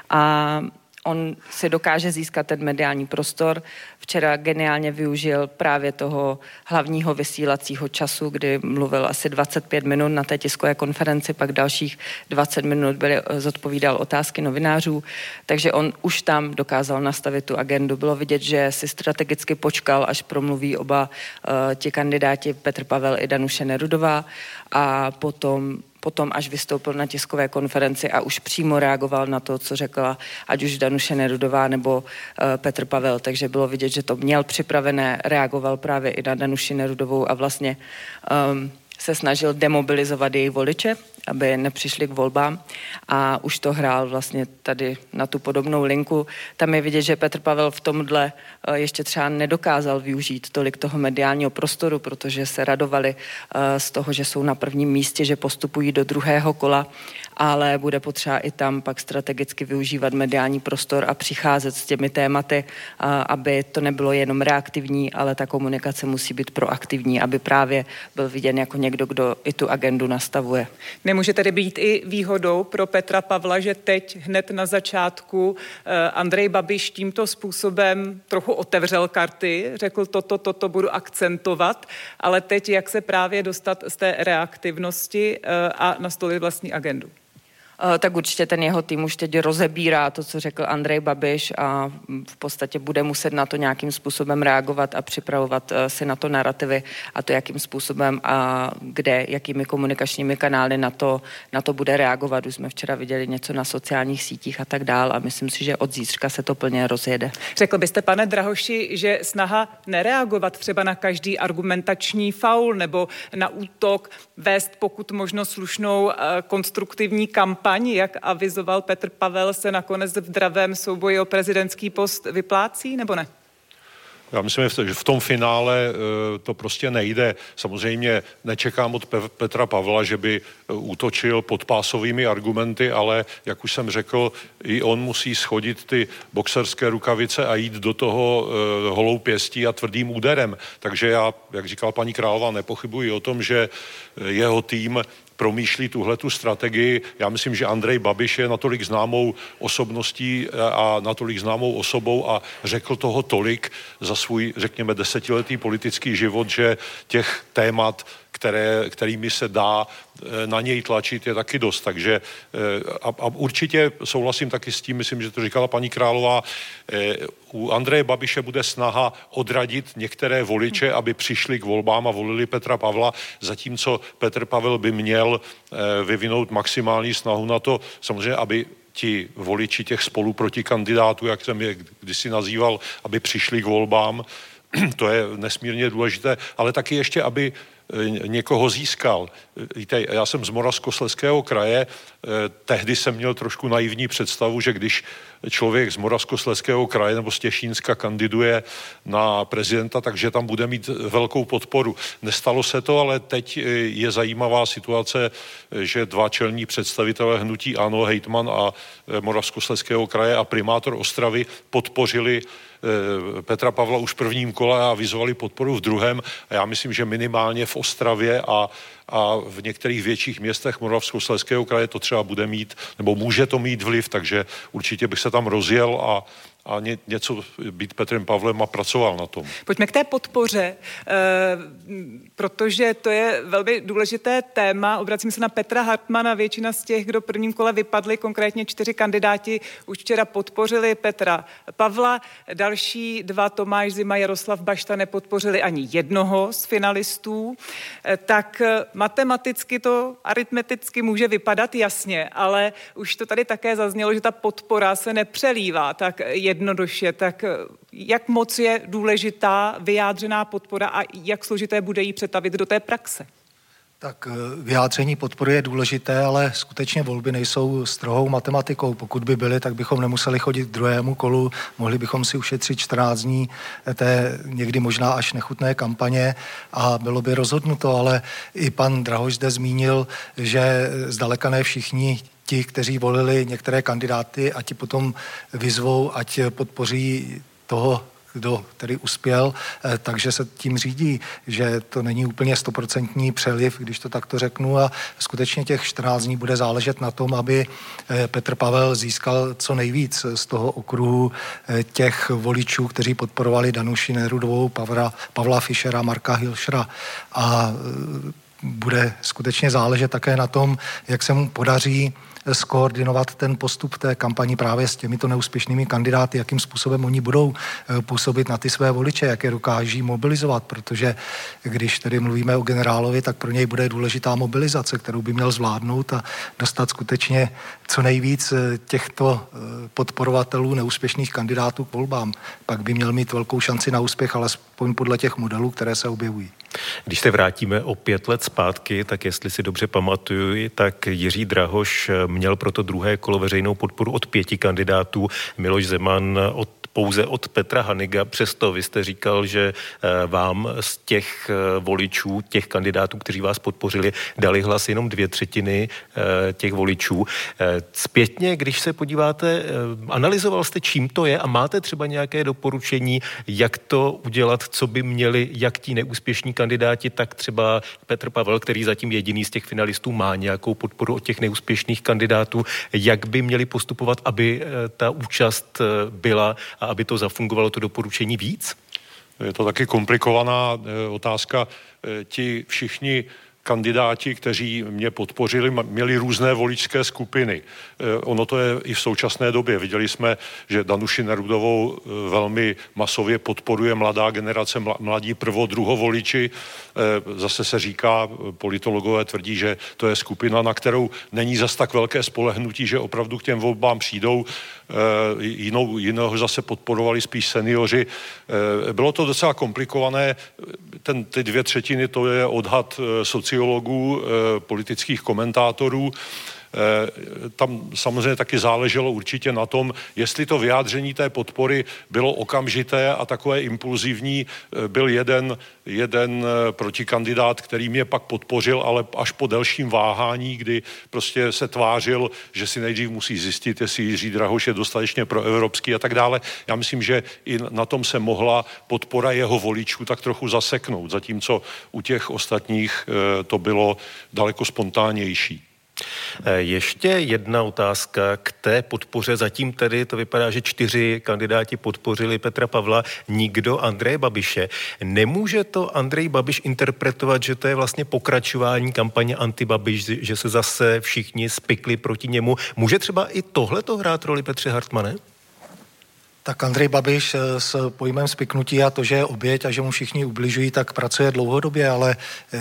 A on si dokáže získat ten mediální prostor. Včera geniálně využil právě toho hlavního vysílacího času, kdy mluvil asi 25 minut na té tiskové konferenci, pak dalších 20 minut zodpovídal otázky novinářů, takže on už tam dokázal nastavit tu agendu. Bylo vidět, že si strategicky počkal, až promluví oba ti kandidáti Petr Pavel i Danuše Nerudová a potom, až vystoupil na tiskové konferenci a už přímo reagoval na to, co řekla ať už Danuše Nerudová nebo Petr Pavel, takže bylo vidět, že to měl připravené, reagoval právě i na Danuši Nerudovou a vlastně se snažil demobilizovat její voliče, aby nepřišli k volbám a už to hrál vlastně tady na tu podobnou linku. Tam je vidět, že Petr Pavel v tomhle ještě třeba nedokázal využít tolik toho mediálního prostoru, protože se radovali z toho, že jsou na prvním místě, že postupují do druhého kola, ale bude potřeba i tam pak strategicky využívat mediální prostor a přicházet s těmi tématy, aby to nebylo jenom reaktivní, ale ta komunikace musí být proaktivní, aby právě byl viděn jako někdo, kdo i tu agendu nastavuje. Nemůže tedy být i výhodou pro Petra Pavla, že teď hned na začátku Andrej Babiš tímto způsobem trochu otevřel karty, řekl toto budu akcentovat, ale teď jak se právě dostat z té reaktivnosti a nastolit vlastní agendu? Tak určitě ten jeho tým už teď rozebírá to, co řekl Andrej Babiš a v podstatě bude muset na to nějakým způsobem reagovat a připravovat si na to narrativy a to, jakým způsobem a kde, jakými komunikačními kanály na to bude reagovat. Už jsme včera viděli něco na sociálních sítích a tak dál a myslím si, že od zítřka se to plně rozjede. Řekl byste, pane Drahoši, že snaha nereagovat třeba na každý argumentační faul nebo na útok, vést pokud možno slušnou konstruktivní kampaň, jak avizoval Petr Pavel, se nakonec v dravém souboji o prezidentský post vyplácí, nebo ne? Já myslím, že v tom finále to prostě nejde. Samozřejmě nečekám od Petra Pavla, že by útočil podpásovými argumenty, ale jak už jsem řekl, i on musí schodit ty boxerské rukavice a jít do toho holou pěstí a tvrdým úderem. Takže já, jak říkal paní Králová, nepochybuji o tom, že jeho tým promýšlí tuhletu strategii. Já myslím, že Andrej Babiš je natolik známou osobností a natolik známou osobou a řekl toho tolik za svůj, řekněme, 10letý politický život, že těch témat, kterými se dá na něj tlačit, je taky dost. Takže a určitě souhlasím taky s tím, myslím, že to říkala paní Králová, u Andreje Babiše bude snaha odradit některé voliče, aby přišli k volbám a volili Petra Pavla, zatímco Petr Pavel by měl vyvinout maximální snahu na to, samozřejmě, aby ti voliči těch spoluprotikandidátů, jak jsem je kdysi nazýval, aby přišli k volbám, to je nesmírně důležité, ale taky ještě, aby někoho získal. Víte, já jsem z Moravskoslezského kraje, tehdy jsem měl trošku naivní představu, že když člověk z Moravskoslezského kraje nebo z Těšínska kandiduje na prezidenta, takže tam bude mít velkou podporu. Nestalo se to, ale teď je zajímavá situace, že dva čelní představitelé hnutí ANO, hejtman a Moravskoslezského kraje a primátor Ostravy podpořili Petra Pavla už v prvním kole a avizovali podporu v druhém. A já myslím, že minimálně v Ostravě a v některých větších městech Moravskoslezského kraje to třeba bude mít, nebo může to mít vliv, takže určitě bych se tam rozjel a něco být Petrem Pavlem a pracoval na tom. Pojďme k té podpoře, protože to je velmi důležité téma. Obracím se na Petra Hartmana. Většina z těch, kdo v prvním kole vypadli, konkrétně 4 kandidáti, už včera podpořili Petra Pavla. Další 2, Tomáš Zima, Jaroslav Bašta, nepodpořili ani jednoho z finalistů. Tak matematicky to aritmeticky může vypadat jasně, ale už to tady také zaznělo, že ta podpora se nepřelívá tak jednoduše, tak jak moc je důležitá vyjádřená podpora a jak složité bude jí přetavit do té praxe? Tak vyjádření podpory je důležité, ale skutečně volby nejsou strohou matematikou. Pokud by byly, tak bychom nemuseli chodit k druhému kolu, mohli bychom si ušetřit 14 dní té někdy možná až nechutné kampaně a bylo by rozhodnuto, ale i pan Drahoš zde zmínil, že zdaleka ne všichni ti, kteří volili některé kandidáty, ať ti potom vyzvou, ať podpoří toho, kdo tedy uspěl, takže se tím řídí, že to není úplně 100% přeliv, když to takto řeknu, a skutečně těch 14 dní bude záležet na tom, aby Petr Pavel získal co nejvíc z toho okruhu těch voličů, kteří podporovali Danuši Nerudovou, Pavla Fischera, Marka Hilšera, a bude skutečně záležet také na tom, jak se mu podaří skoordinovat ten postup té kampani právě s těmito neúspěšnými kandidáty, jakým způsobem oni budou působit na ty své voliče, jak je dokáží mobilizovat, protože když tedy mluvíme o generálovi, tak pro něj bude důležitá mobilizace, kterou by měl zvládnout a dostat skutečně co nejvíc těchto podporovatelů neúspěšných kandidátů k volbám. Pak by měl mít velkou šanci na úspěch, alespoň podle těch modelů, které se objevují. Když se vrátíme o 5 let zpátky, tak jestli si dobře pamatuju, tak Jiří Drahoš měl pro to druhé kolo veřejnou podporu od 5 kandidátů, Miloš Zeman pouze od Petra Haniga. Přesto vy jste říkal, že vám z těch voličů, těch kandidátů, kteří vás podpořili, dali hlas jenom 2/3 těch voličů. Zpětně, když se podíváte, analyzoval jste, čím to je a máte třeba nějaké doporučení, jak to udělat, co by měli jak ti neúspěšní kandidáti, tak třeba Petr Pavel, který zatím jediný z těch finalistů má nějakou podporu od těch neúspěšných kandidátů, jak by měli postupovat, aby ta účast byla a aby to zafungovalo, to doporučení víc? Je to taky komplikovaná otázka. Ti všichni kandidáti, kteří mě podpořili, měli různé voličské skupiny. Ono to je i v současné době. Viděli jsme, že Danuši Nerudovou velmi masově podporuje mladá generace, mladí druhovoliči. Zase se říká, politologové tvrdí, že to je skupina, na kterou není zas tak velké spolehnutí, že opravdu k těm volbám přijdou. Jiného zase podporovali spíš seniori. Bylo to docela komplikované. Ty 2/3, to je odhad sociologů, politických komentátorů. Tam samozřejmě taky záleželo určitě na tom, jestli to vyjádření té podpory bylo okamžité a takové impulzivní. Byl jeden protikandidát, který mě pak podpořil, ale až po delším váhání, kdy prostě se tvářil, že si nejdřív musí zjistit, jestli Jiří Drahoš je dostatečně proevropský a tak dále. Já myslím, že i na tom se mohla podpora jeho voličů tak trochu zaseknout, zatímco u těch ostatních to bylo daleko spontánnější. Ještě jedna otázka k té podpoře. Zatím tedy to vypadá, že 4 kandidáti podpořili Petra Pavla, nikdo Andreje Babiše. Nemůže to Andrej Babiš interpretovat, že to je vlastně pokračování kampaně Antibabiš, že se zase všichni spikli proti němu? Může třeba i tohleto hrát roli, Petře Hartmane? Tak Andrej Babiš s pojmem spiknutí a to, že je oběť a že mu všichni ubližují, tak pracuje dlouhodobě, ale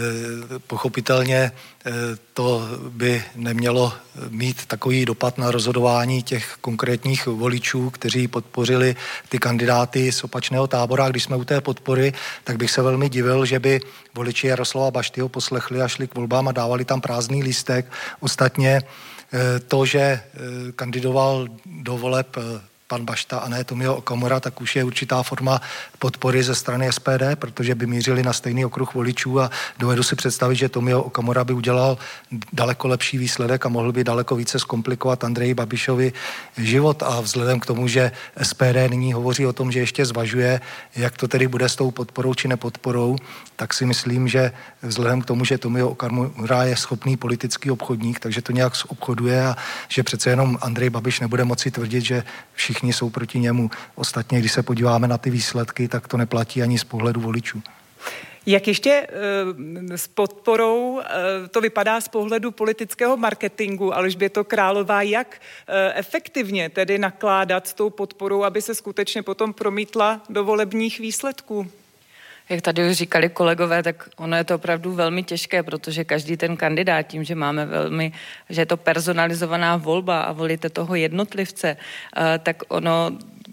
pochopitelně to by nemělo mít takový dopad na rozhodování těch konkrétních voličů, kteří podpořili ty kandidáty z opačného tábora. Když jsme u té podpory, tak bych se velmi divil, že by voliči Jaroslava Baštyho poslechli a šli k volbám a dávali tam prázdný lístek. Ostatně to, že kandidoval do voleb pan Bašta a ne Tomio Okamura, tak už je určitá forma podpory ze strany SPD, protože by mířili na stejný okruh voličů a dovedu si představit, že Tomio Okamura by udělal daleko lepší výsledek a mohl by daleko více zkomplikovat Andreji Babišovi život. A vzhledem k tomu, že SPD nyní hovoří o tom, že ještě zvažuje, jak to tedy bude s tou podporou či nepodporou, tak si myslím, že vzhledem k tomu, že Tomio Okamura je schopný politický obchodník, takže to nějak obchoduje a že přece jenom Andrej Babiš nebude moci tvrdit, že všichni jsou proti němu. Ostatně, když se podíváme na ty výsledky, tak to neplatí ani z pohledu voličů. Jak ještě s podporou to vypadá z pohledu politického marketingu, Alžběto Králová, jak efektivně tedy nakládat s tou podporou, aby se skutečně potom promítla do volebních výsledků? Jak tady už říkali kolegové, tak ono je to opravdu velmi těžké, protože každý ten kandidát, tím, že máme že je to personalizovaná volba a volíte toho jednotlivce, tak ono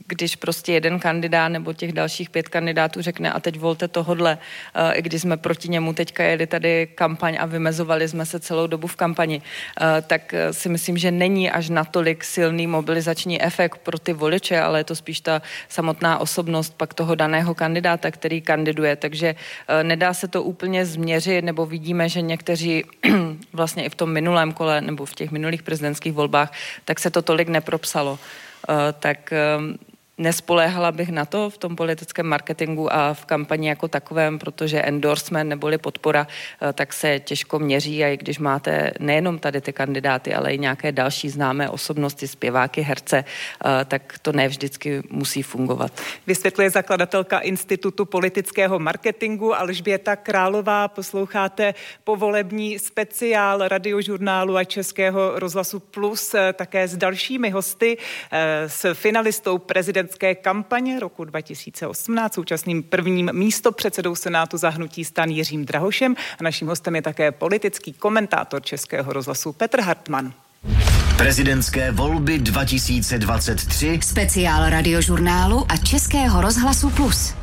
když prostě jeden kandidát nebo těch dalších 5 kandidátů řekne a teď volte tohodle, i když jsme proti němu teďka jeli tady kampaň a vymezovali jsme se celou dobu v kampani, tak si myslím, že není až natolik silný mobilizační efekt pro ty voliče, ale je to spíš ta samotná osobnost pak toho daného kandidáta, který kandiduje, takže nedá se to úplně změřit, nebo vidíme, že někteří vlastně i v tom minulém kole nebo v těch minulých prezidentských volbách, tak se to tolik nepropsalo. Tak nespoléhala bych na to v tom politickém marketingu a v kampani jako takovém, protože endorsement neboli podpora, tak se těžko měří a i když máte nejenom tady ty kandidáty, ale i nějaké další známé osobnosti, zpěváky, herce, tak to ne vždycky musí fungovat. Vysvětluje zakladatelka Institutu politického marketingu Alžběta Králová. Posloucháte povolební speciál Radiožurnálu a Českého rozhlasu Plus také s dalšími hosty, s finalistou prezidentské kampaně roku 2018, současným prvním místopředsedou Senátu za hnutí STAN Jiřím Drahošem a naším hostem je také politický komentátor Českého rozhlasu Petr Hartmann. Prezidentské volby 2023. Speciál Radiožurnálu a Českého rozhlasu Plus.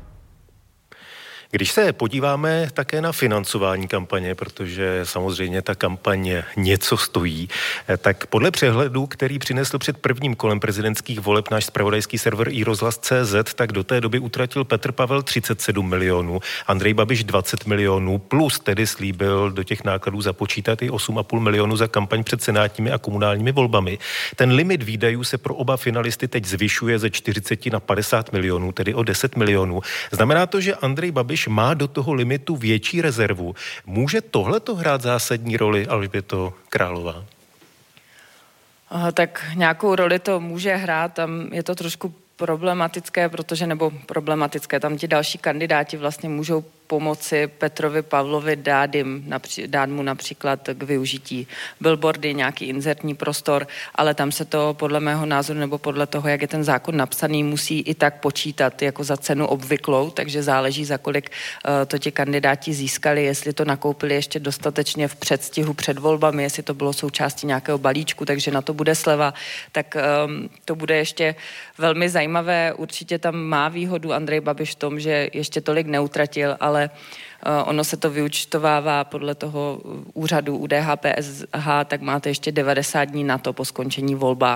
Když se podíváme také na financování kampaně, protože samozřejmě ta kampaň něco stojí, tak podle přehledu, který přinesl před prvním kolem prezidentských voleb náš zpravodajský server iRozhlas.cz, tak do té doby utratil Petr Pavel 37 milionů, Andrej Babiš 20 milionů, plus tedy slíbil do těch nákladů započítat i 8,5 milionů za kampaň před senátními a komunálními volbami. Ten limit výdajů se pro oba finalisty teď zvyšuje ze 40 na 50 milionů, tedy o 10 milionů. Znamená to, že Andrej Babiš má do toho limitu větší rezervu. Může tohleto hrát zásadní roli, Alžběto Králová? Tak nějakou roli to může hrát, tam je to trošku problematické, tam ti další kandidáti vlastně můžou pomoci Petrovi Pavlovi dát mu například k využití billboardy, nějaký inzertní prostor, ale tam se to podle mého názoru nebo podle toho, jak je ten zákon napsaný, musí i tak počítat jako za cenu obvyklou, takže záleží, za kolik to ti kandidáti získali, jestli to nakoupili ještě dostatečně v předstihu před volbami, jestli to bylo součástí nějakého balíčku, takže na to bude sleva, tak to bude ještě velmi zajímavé. Určitě tam má výhodu Andrej Babiš v tom, že ještě tolik neutratil, ale ono se to vyúčtovává podle toho úřadu UDHPSH, tak máte ještě 90 dní na to po skončení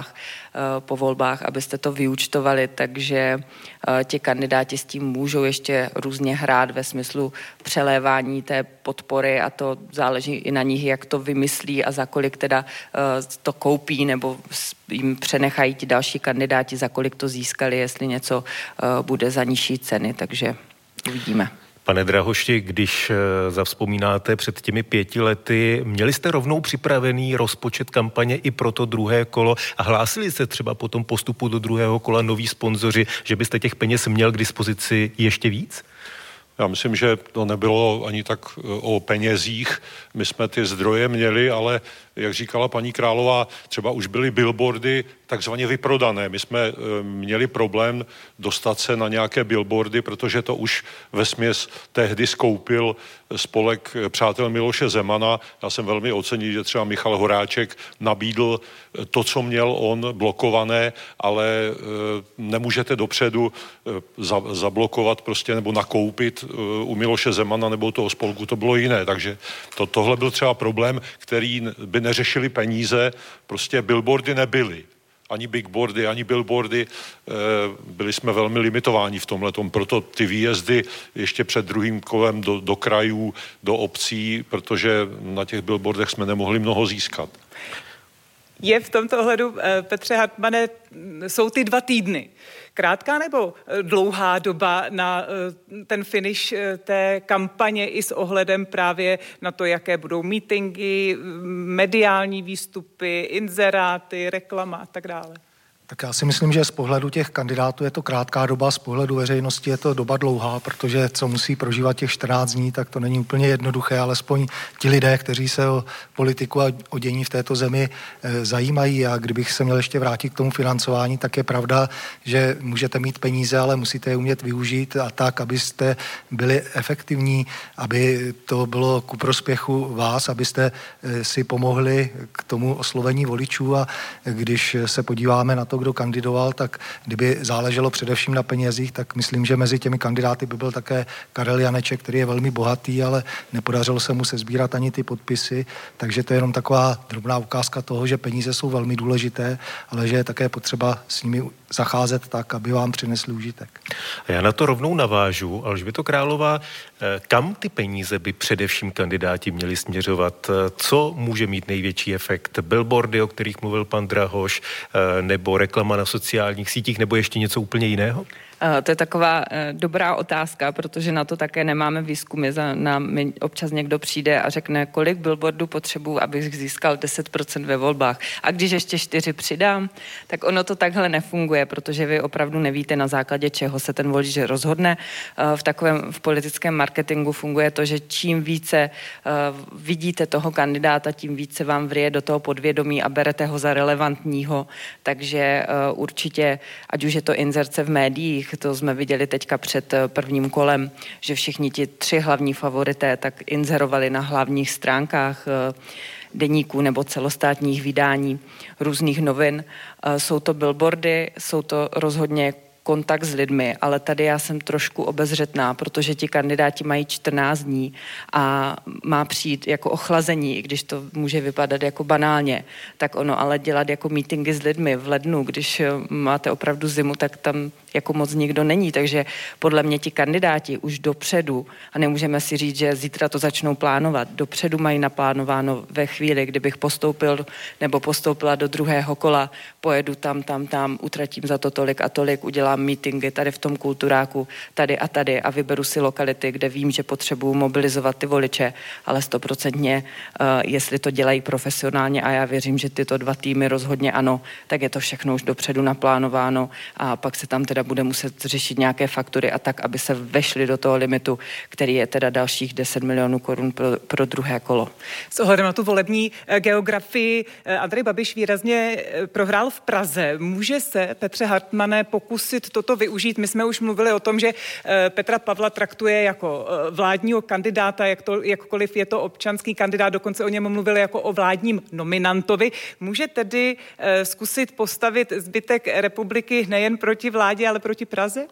po volbách, abyste to vyúčtovali, takže ti kandidáti s tím můžou ještě různě hrát ve smyslu přelévání té podpory a to záleží i na nich, jak to vymyslí a za kolik teda to koupí nebo jim přenechají ti další kandidáti, za kolik to získali, jestli něco bude za nižší ceny, takže uvidíme. Pane Drahoši, když zavzpomínáte před těmi 5 lety, měli jste rovnou připravený rozpočet kampaně i pro to druhé kolo a hlásili se třeba po tom postupu do druhého kola noví sponzoři, že byste těch peněz měl k dispozici ještě víc? Já myslím, že to nebylo ani tak o penězích. My jsme ty zdroje měli, ale jak říkala paní Králová, třeba už byly billboardy takzvaně vyprodané. My jsme měli problém dostat se na nějaké billboardy, protože to už vesměs tehdy skoupil spolek Přátel Miloše Zemana. Já jsem velmi ocenil, že třeba Michal Horáček nabídl to, co měl on blokované, ale nemůžete dopředu zablokovat prostě nebo nakoupit u Miloše Zemana nebo toho spolku, to bylo jiné. Takže tohle byl třeba problém, který by neřešili peníze, prostě billboardy nebyly. Ani bigboardy, ani billboardy, byli jsme velmi limitováni v tomhletom, proto ty výjezdy ještě před druhým kolem do krajů, do obcí, protože na těch billboardech jsme nemohli mnoho získat. Je v tomto ohledu, Petře Hartmane, jsou ty 2 týdny krátká nebo dlouhá doba na ten finish té kampaně i s ohledem právě na to, jaké budou mítingy, mediální výstupy, inzeráty, reklama a tak dále? Tak já si myslím, že z pohledu těch kandidátů je to krátká doba, z pohledu veřejnosti je to doba dlouhá, protože co musí prožívat těch 14 dní, tak to není úplně jednoduché, alespoň ti lidé, kteří se o politiku a o dění v této zemi zajímají. A kdybych se měl ještě vrátit k tomu financování, tak je pravda, že můžete mít peníze, ale musíte je umět využít a tak, abyste byli efektivní, aby to bylo ku prospěchu vás, abyste si pomohli k tomu oslovení voličů. A když se podíváme na to, kdo kandidoval, tak kdyby záleželo především na penězích, tak myslím, že mezi těmi kandidáty by byl také Karel Janeček, který je velmi bohatý, ale nepodařilo se mu sesbírat ani ty podpisy, takže to je jenom taková drobná ukázka toho, že peníze jsou velmi důležité, ale že je také potřeba s nimi zacházet tak, aby vám přinesli užitek. A já na to rovnou navážu, Alžběto Králová, kam ty peníze by především kandidáti měli směřovat? Co může mít největší efekt? Billboardy, o kterých mluvil pan Drahoš, nebo reklama na sociálních sítích, nebo ještě něco úplně jiného? To je taková dobrá otázka, protože na to také nemáme výzkumy. Občas někdo přijde a řekne, kolik billboardů potřebuji, abych získal 10% ve volbách. A když ještě 4 přidám, tak ono to takhle nefunguje, protože vy opravdu nevíte, na základě čeho se ten volič rozhodne. V politickém marketingu funguje to, že čím více vidíte toho kandidáta, tím více vám vrije do toho podvědomí a berete ho za relevantního. Takže určitě, ať už je to inzerce v médiích, to jsme viděli teďka před prvním kolem, že všichni ti 3 hlavní favorité tak inzerovali na hlavních stránkách deníků nebo celostátních vydání různých novin. Jsou to billboardy, jsou to rozhodně kontakt s lidmi, ale tady já jsem trošku obezřetná, protože ti kandidáti mají 14 dní a má přijít jako ochlazení, i když to může vypadat jako banálně, tak ono ale dělat jako meetingy s lidmi v lednu, když máte opravdu zimu, tak tam jako moc nikdo není, takže podle mě ti kandidáti už dopředu, a nemůžeme si říct, že zítra to začnou plánovat, dopředu mají naplánováno ve chvíli, kdybych postoupil nebo postoupila do druhého kola, pojedu tam, utratím za to tolik a tolik, udělám meetingy tady v tom kulturáku, tady a vyberu si lokality, kde vím, že potřebuju mobilizovat ty voliče, ale 100%, jestli to dělají profesionálně, a já věřím, že tyto 2 týmy rozhodně ano, tak je to všechno už dopředu naplánováno a pak se tam teda bude muset řešit nějaké faktury a tak, aby se vešly do toho limitu, který je teda dalších 10 milionů korun pro druhé kolo. S ohledem na tu volební geografii Andrej Babiš výrazně prohrál v Praze. Může se, Petře Hartmane, pokusit toto využít? My jsme už mluvili o tom, že Petra Pavla traktuje jako vládního kandidáta, jakkoliv je to občanský kandidát, dokonce o něm mluvili jako o vládním nominantovi. Může tedy zkusit postavit zbytek republiky nejen proti vládě, ale proti Praze?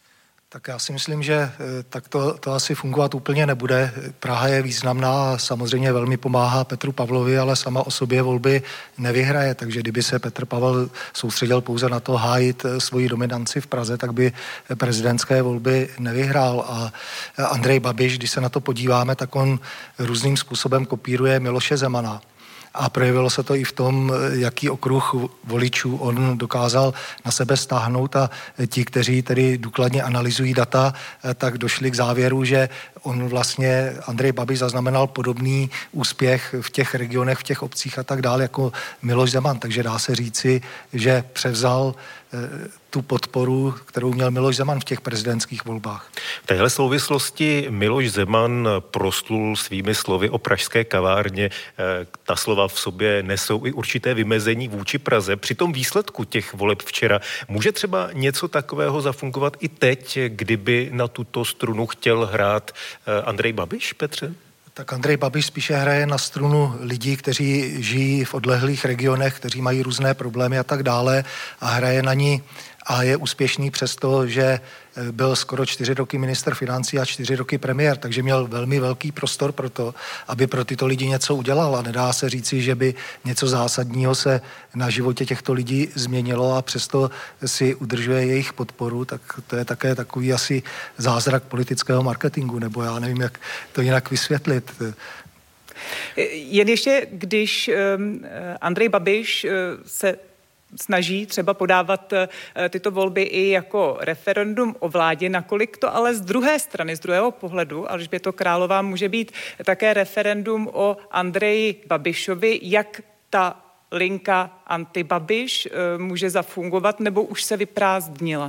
Tak já si myslím, že tak to asi fungovat úplně nebude. Praha je významná, samozřejmě velmi pomáhá Petru Pavlovi, ale sama o sobě volby nevyhraje, takže kdyby se Petr Pavel soustředil pouze na to hájit svoji dominanci v Praze, tak by prezidentské volby nevyhrál. A Andrej Babiš, když se na to podíváme, tak on různým způsobem kopíruje Miloše Zemana. A projevilo se to i v tom, jaký okruh voličů on dokázal na sebe stáhnout, a ti, kteří tedy důkladně analyzují data, tak došli k závěru, že on vlastně, Andrej Babiš, zaznamenal podobný úspěch v těch regionech, v těch obcích a tak dále jako Miloš Zeman. Takže dá se říci, že převzal tu podporu, kterou měl Miloš Zeman v těch prezidentských volbách. V téhle souvislosti Miloš Zeman prostlul svými slovy o pražské kavárně. Ta slova v sobě nesou i určité vymezení vůči Praze. Při tom výsledku těch voleb včera může třeba něco takového zafungovat i teď, kdyby na tuto strunu chtěl hrát Andrej Babiš, Petře? Tak Andrej Babiš spíše hraje na strunu lidí, kteří žijí v odlehlých regionech, kteří mají různé problémy a tak dále, a hraje na ní a je úspěšný přesto, že byl skoro 4 roky ministr financí a 4 roky premiér, takže měl velmi velký prostor pro to, aby pro tyto lidi něco udělal, a nedá se říci, že by něco zásadního se na životě těchto lidí změnilo, a přesto si udržuje jejich podporu, tak to je také takový asi zázrak politického marketingu, nebo já nevím, jak to jinak vysvětlit. Jen ještě, když Andrej Babiš se snaží třeba podávat tyto volby i jako referendum o vládě, nakolik to ale z druhé strany, z druhého pohledu, Alžběto Králová, může být také referendum o Andreji Babišovi, jak ta linka anti-Babiš může zafungovat, nebo už se vyprázdnila?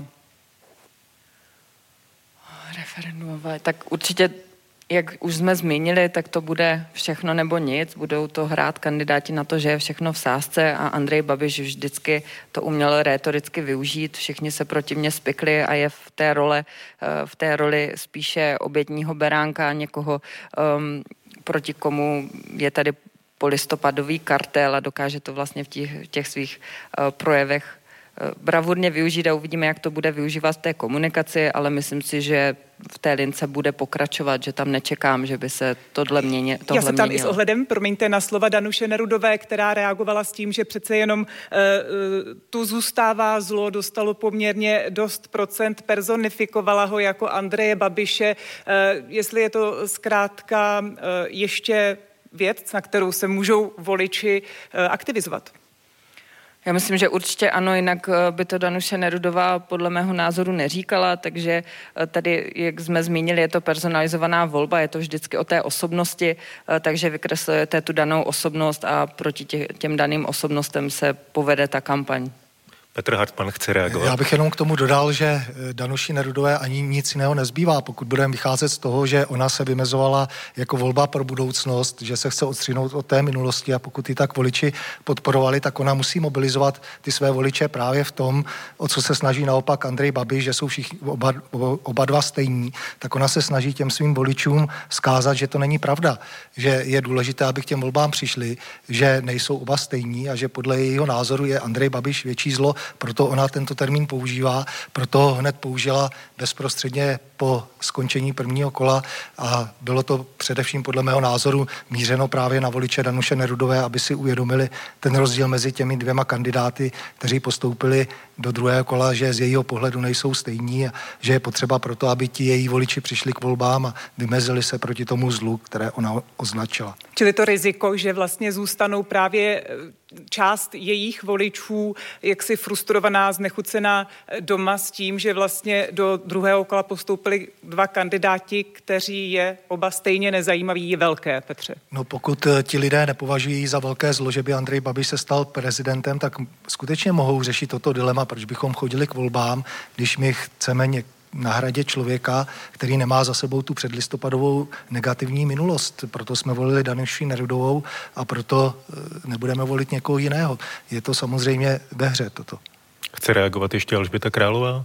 Referendum, tak určitě, jak už jsme zmínili, tak to bude všechno nebo nic. Budou to hrát kandidáti na to, že je všechno v sázce, a Andrej Babiš vždycky to uměl rétoricky využít. Všichni se proti mně spikli a je v té roli spíše obětního beránka, někoho, proti komu je tady polistopadový kartel, a dokáže to vlastně v těch svých projevech bravurně využít a uvidíme, jak to bude využívat v té komunikaci, ale myslím si, že v té lince bude pokračovat, že tam nečekám, že by se tohle měnilo. Já se tam i s ohledem, promiňte, na slova Danuše Nerudové, která reagovala s tím, že přece jenom tu zůstává zlo, dostalo poměrně dost procent, personifikovala ho jako Andreje Babiše. Jestli je to zkrátka ještě věc, na kterou se můžou voliči aktivizovat. Já myslím, že určitě ano, jinak by to Danuše Nerudová podle mého názoru neříkala, takže tady, jak jsme zmínili, je to personalizovaná volba, je to vždycky o té osobnosti, takže vykreslujete tu danou osobnost a proti těm daným osobnostem se povede ta kampaň. Petr Hartman chce reagovat. Já bych jenom k tomu dodal, že Danuši Nerudové ani nic jiného nezbývá, pokud budeme vycházet z toho, že ona se vymezovala jako volba pro budoucnost, že se chce odstřihnout od té minulosti a pokud ji tak voliči podporovali, tak ona musí mobilizovat ty své voliče právě v tom, o co se snaží naopak Andrej Babiš, že jsou všichni oba dva stejní, tak ona se snaží těm svým voličům vzkázat, že to není pravda, že je důležité, aby k těm volbám přišli, že nejsou oba stejní a že podle jejího názoru je Andrej Babiš větší zlo. Proto ona tento termín používá, proto hned použila bezprostředně po skončení prvního kola a bylo to především podle mého názoru mířeno právě na voliče Danuše Nerudové, aby si uvědomili ten rozdíl mezi těmi dvěma kandidáty, kteří postoupili do druhého kola, že z jejího pohledu nejsou stejní a že je potřeba proto, aby ti její voliči přišli k volbám a vymezili se proti tomu zlu, které ona označila. Čili to riziko, že vlastně zůstanou právě část jejich voličů jaksi frustrovaná, znechucená doma s tím, že vlastně do druhého kola postoupili dva kandidáti, kteří je oba stejně nezajímaví, je velké, Petře. No pokud ti lidé nepovažují za velké zlo, že by Andrej Babiš se stal prezidentem, tak skutečně mohou řešit toto dilema, proč bychom chodili k volbám, když my chceme na Hradě člověka, který nemá za sebou tu předlistopadovou negativní minulost. Proto jsme volili Danuši Nerudovou a proto nebudeme volit někoho jiného. Je to samozřejmě ve hře toto. Chce reagovat ještě Alžběta Králová?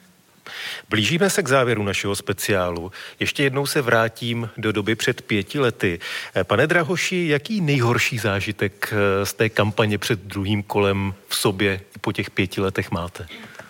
Blížíme se k závěru našeho speciálu. Ještě jednou se vrátím do doby před 5 lety. Pane Drahoši, jaký nejhorší zážitek z té kampaně před druhým kolem v sobě po těch 5 letech máte?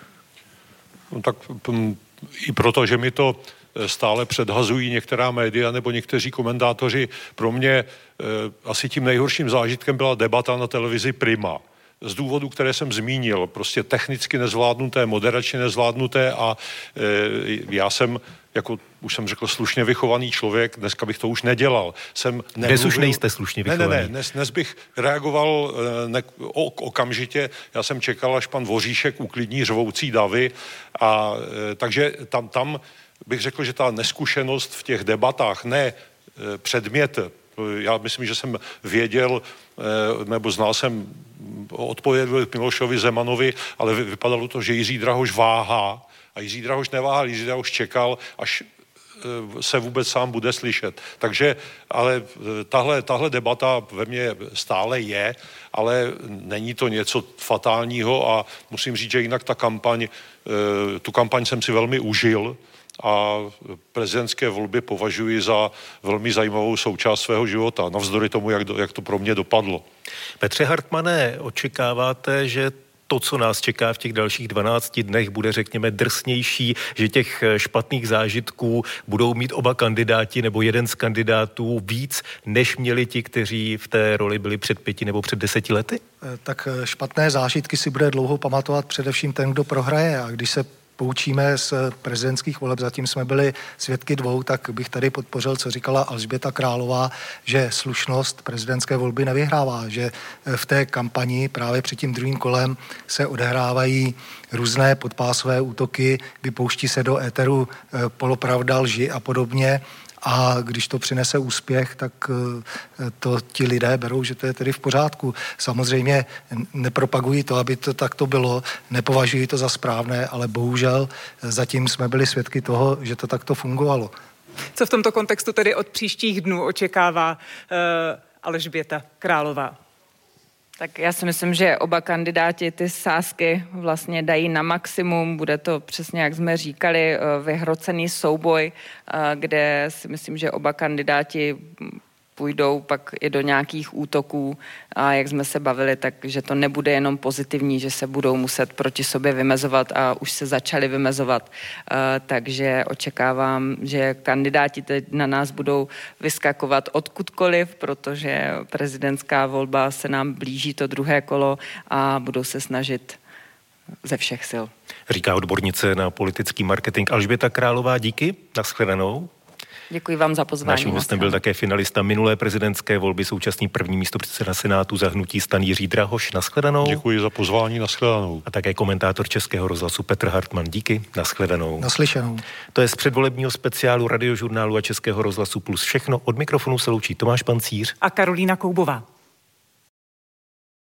No tak i proto, že mi to stále předhazují některá média nebo někteří komentátoři, pro mě asi tím nejhorším zážitkem byla debata na televizi Prima. Z důvodu, které jsem zmínil, prostě technicky nezvládnuté, moderačně nezvládnuté a já jsem, jako už jsem řekl, slušně vychovaný člověk, dneska bych to už nedělal. Dnes už nejste slušně vychovaný. Dnes bych reagoval okamžitě, já jsem čekal, až pan Voříšek uklidní řvoucí davy a takže tam bych řekl, že ta neskušenost v těch debatách, ne předmět, já myslím, že jsem věděl, nebo znal jsem odpověď k Milošovi Zemanovi, ale vypadalo to, že Jiří Drahoš váhá a Jiří Drahoš neváhal, Jiří Drahoš čekal, až se vůbec sám bude slyšet. Takže, ale tahle debata ve mně stále je, ale není to něco fatálního a musím říct, že jinak tu kampaň jsem si velmi užil a prezidentské volby považuji za velmi zajímavou součást svého života, navzdory tomu, jak to pro mě dopadlo. Petře Hartmane, očekáváte, že to, co nás čeká v těch dalších 12 dnech, bude, řekněme, drsnější, že těch špatných zážitků budou mít oba kandidáti nebo jeden z kandidátů víc, než měli ti, kteří v té roli byli před 5 nebo před 10 lety? Tak špatné zážitky si bude dlouho pamatovat především ten, kdo prohraje. A když se poučíme z prezidentských voleb, zatím jsme byli svědky 2, tak bych tady podpořil, co říkala Alžběta Králová, že slušnost prezidentské volby nevyhrává, že v té kampani právě před tím druhým kolem se odehrávají různé podpásové útoky, vypouští se do éteru polopravda, lži a podobně. A když to přinese úspěch, tak to ti lidé berou, že to je tedy v pořádku. Samozřejmě nepropagují to, aby to takto bylo, nepovažují to za správné, ale bohužel zatím jsme byli svědky toho, že to takto fungovalo. Co v tomto kontextu tedy od příštích dnů očekává Alžběta Králová? Tak já si myslím, že oba kandidáti ty sázky vlastně dají na maximum. Bude to přesně, jak jsme říkali, vyhrocený souboj, kde si myslím, že oba kandidáti půjdou pak i do nějakých útoků a jak jsme se bavili, takže to nebude jenom pozitivní, že se budou muset proti sobě vymezovat a už se začali vymezovat. Takže očekávám, že kandidáti teď na nás budou vyskakovat odkudkoliv, protože prezidentská volba se nám blíží to druhé kolo a budou se snažit ze všech sil. Říká odbornice na politický marketing Alžběta Králová. Díky, nashledanou. Děkuji vám za pozvání. Naším hostem byl také finalista minulé prezidentské volby, současný první místopředseda Senátu za hnutí STAN Jiří Drahoš. Nashledanou. Děkuji za pozvání, nashledanou. A také komentátor Českého rozhlasu Petr Hartmann. Díky, nashledanou. Naslyšenou. To je z předvolebního speciálu Radiožurnálu a Českého rozhlasu Plus všechno. Od mikrofonu se loučí Tomáš Pancíř a Karolína Koubová.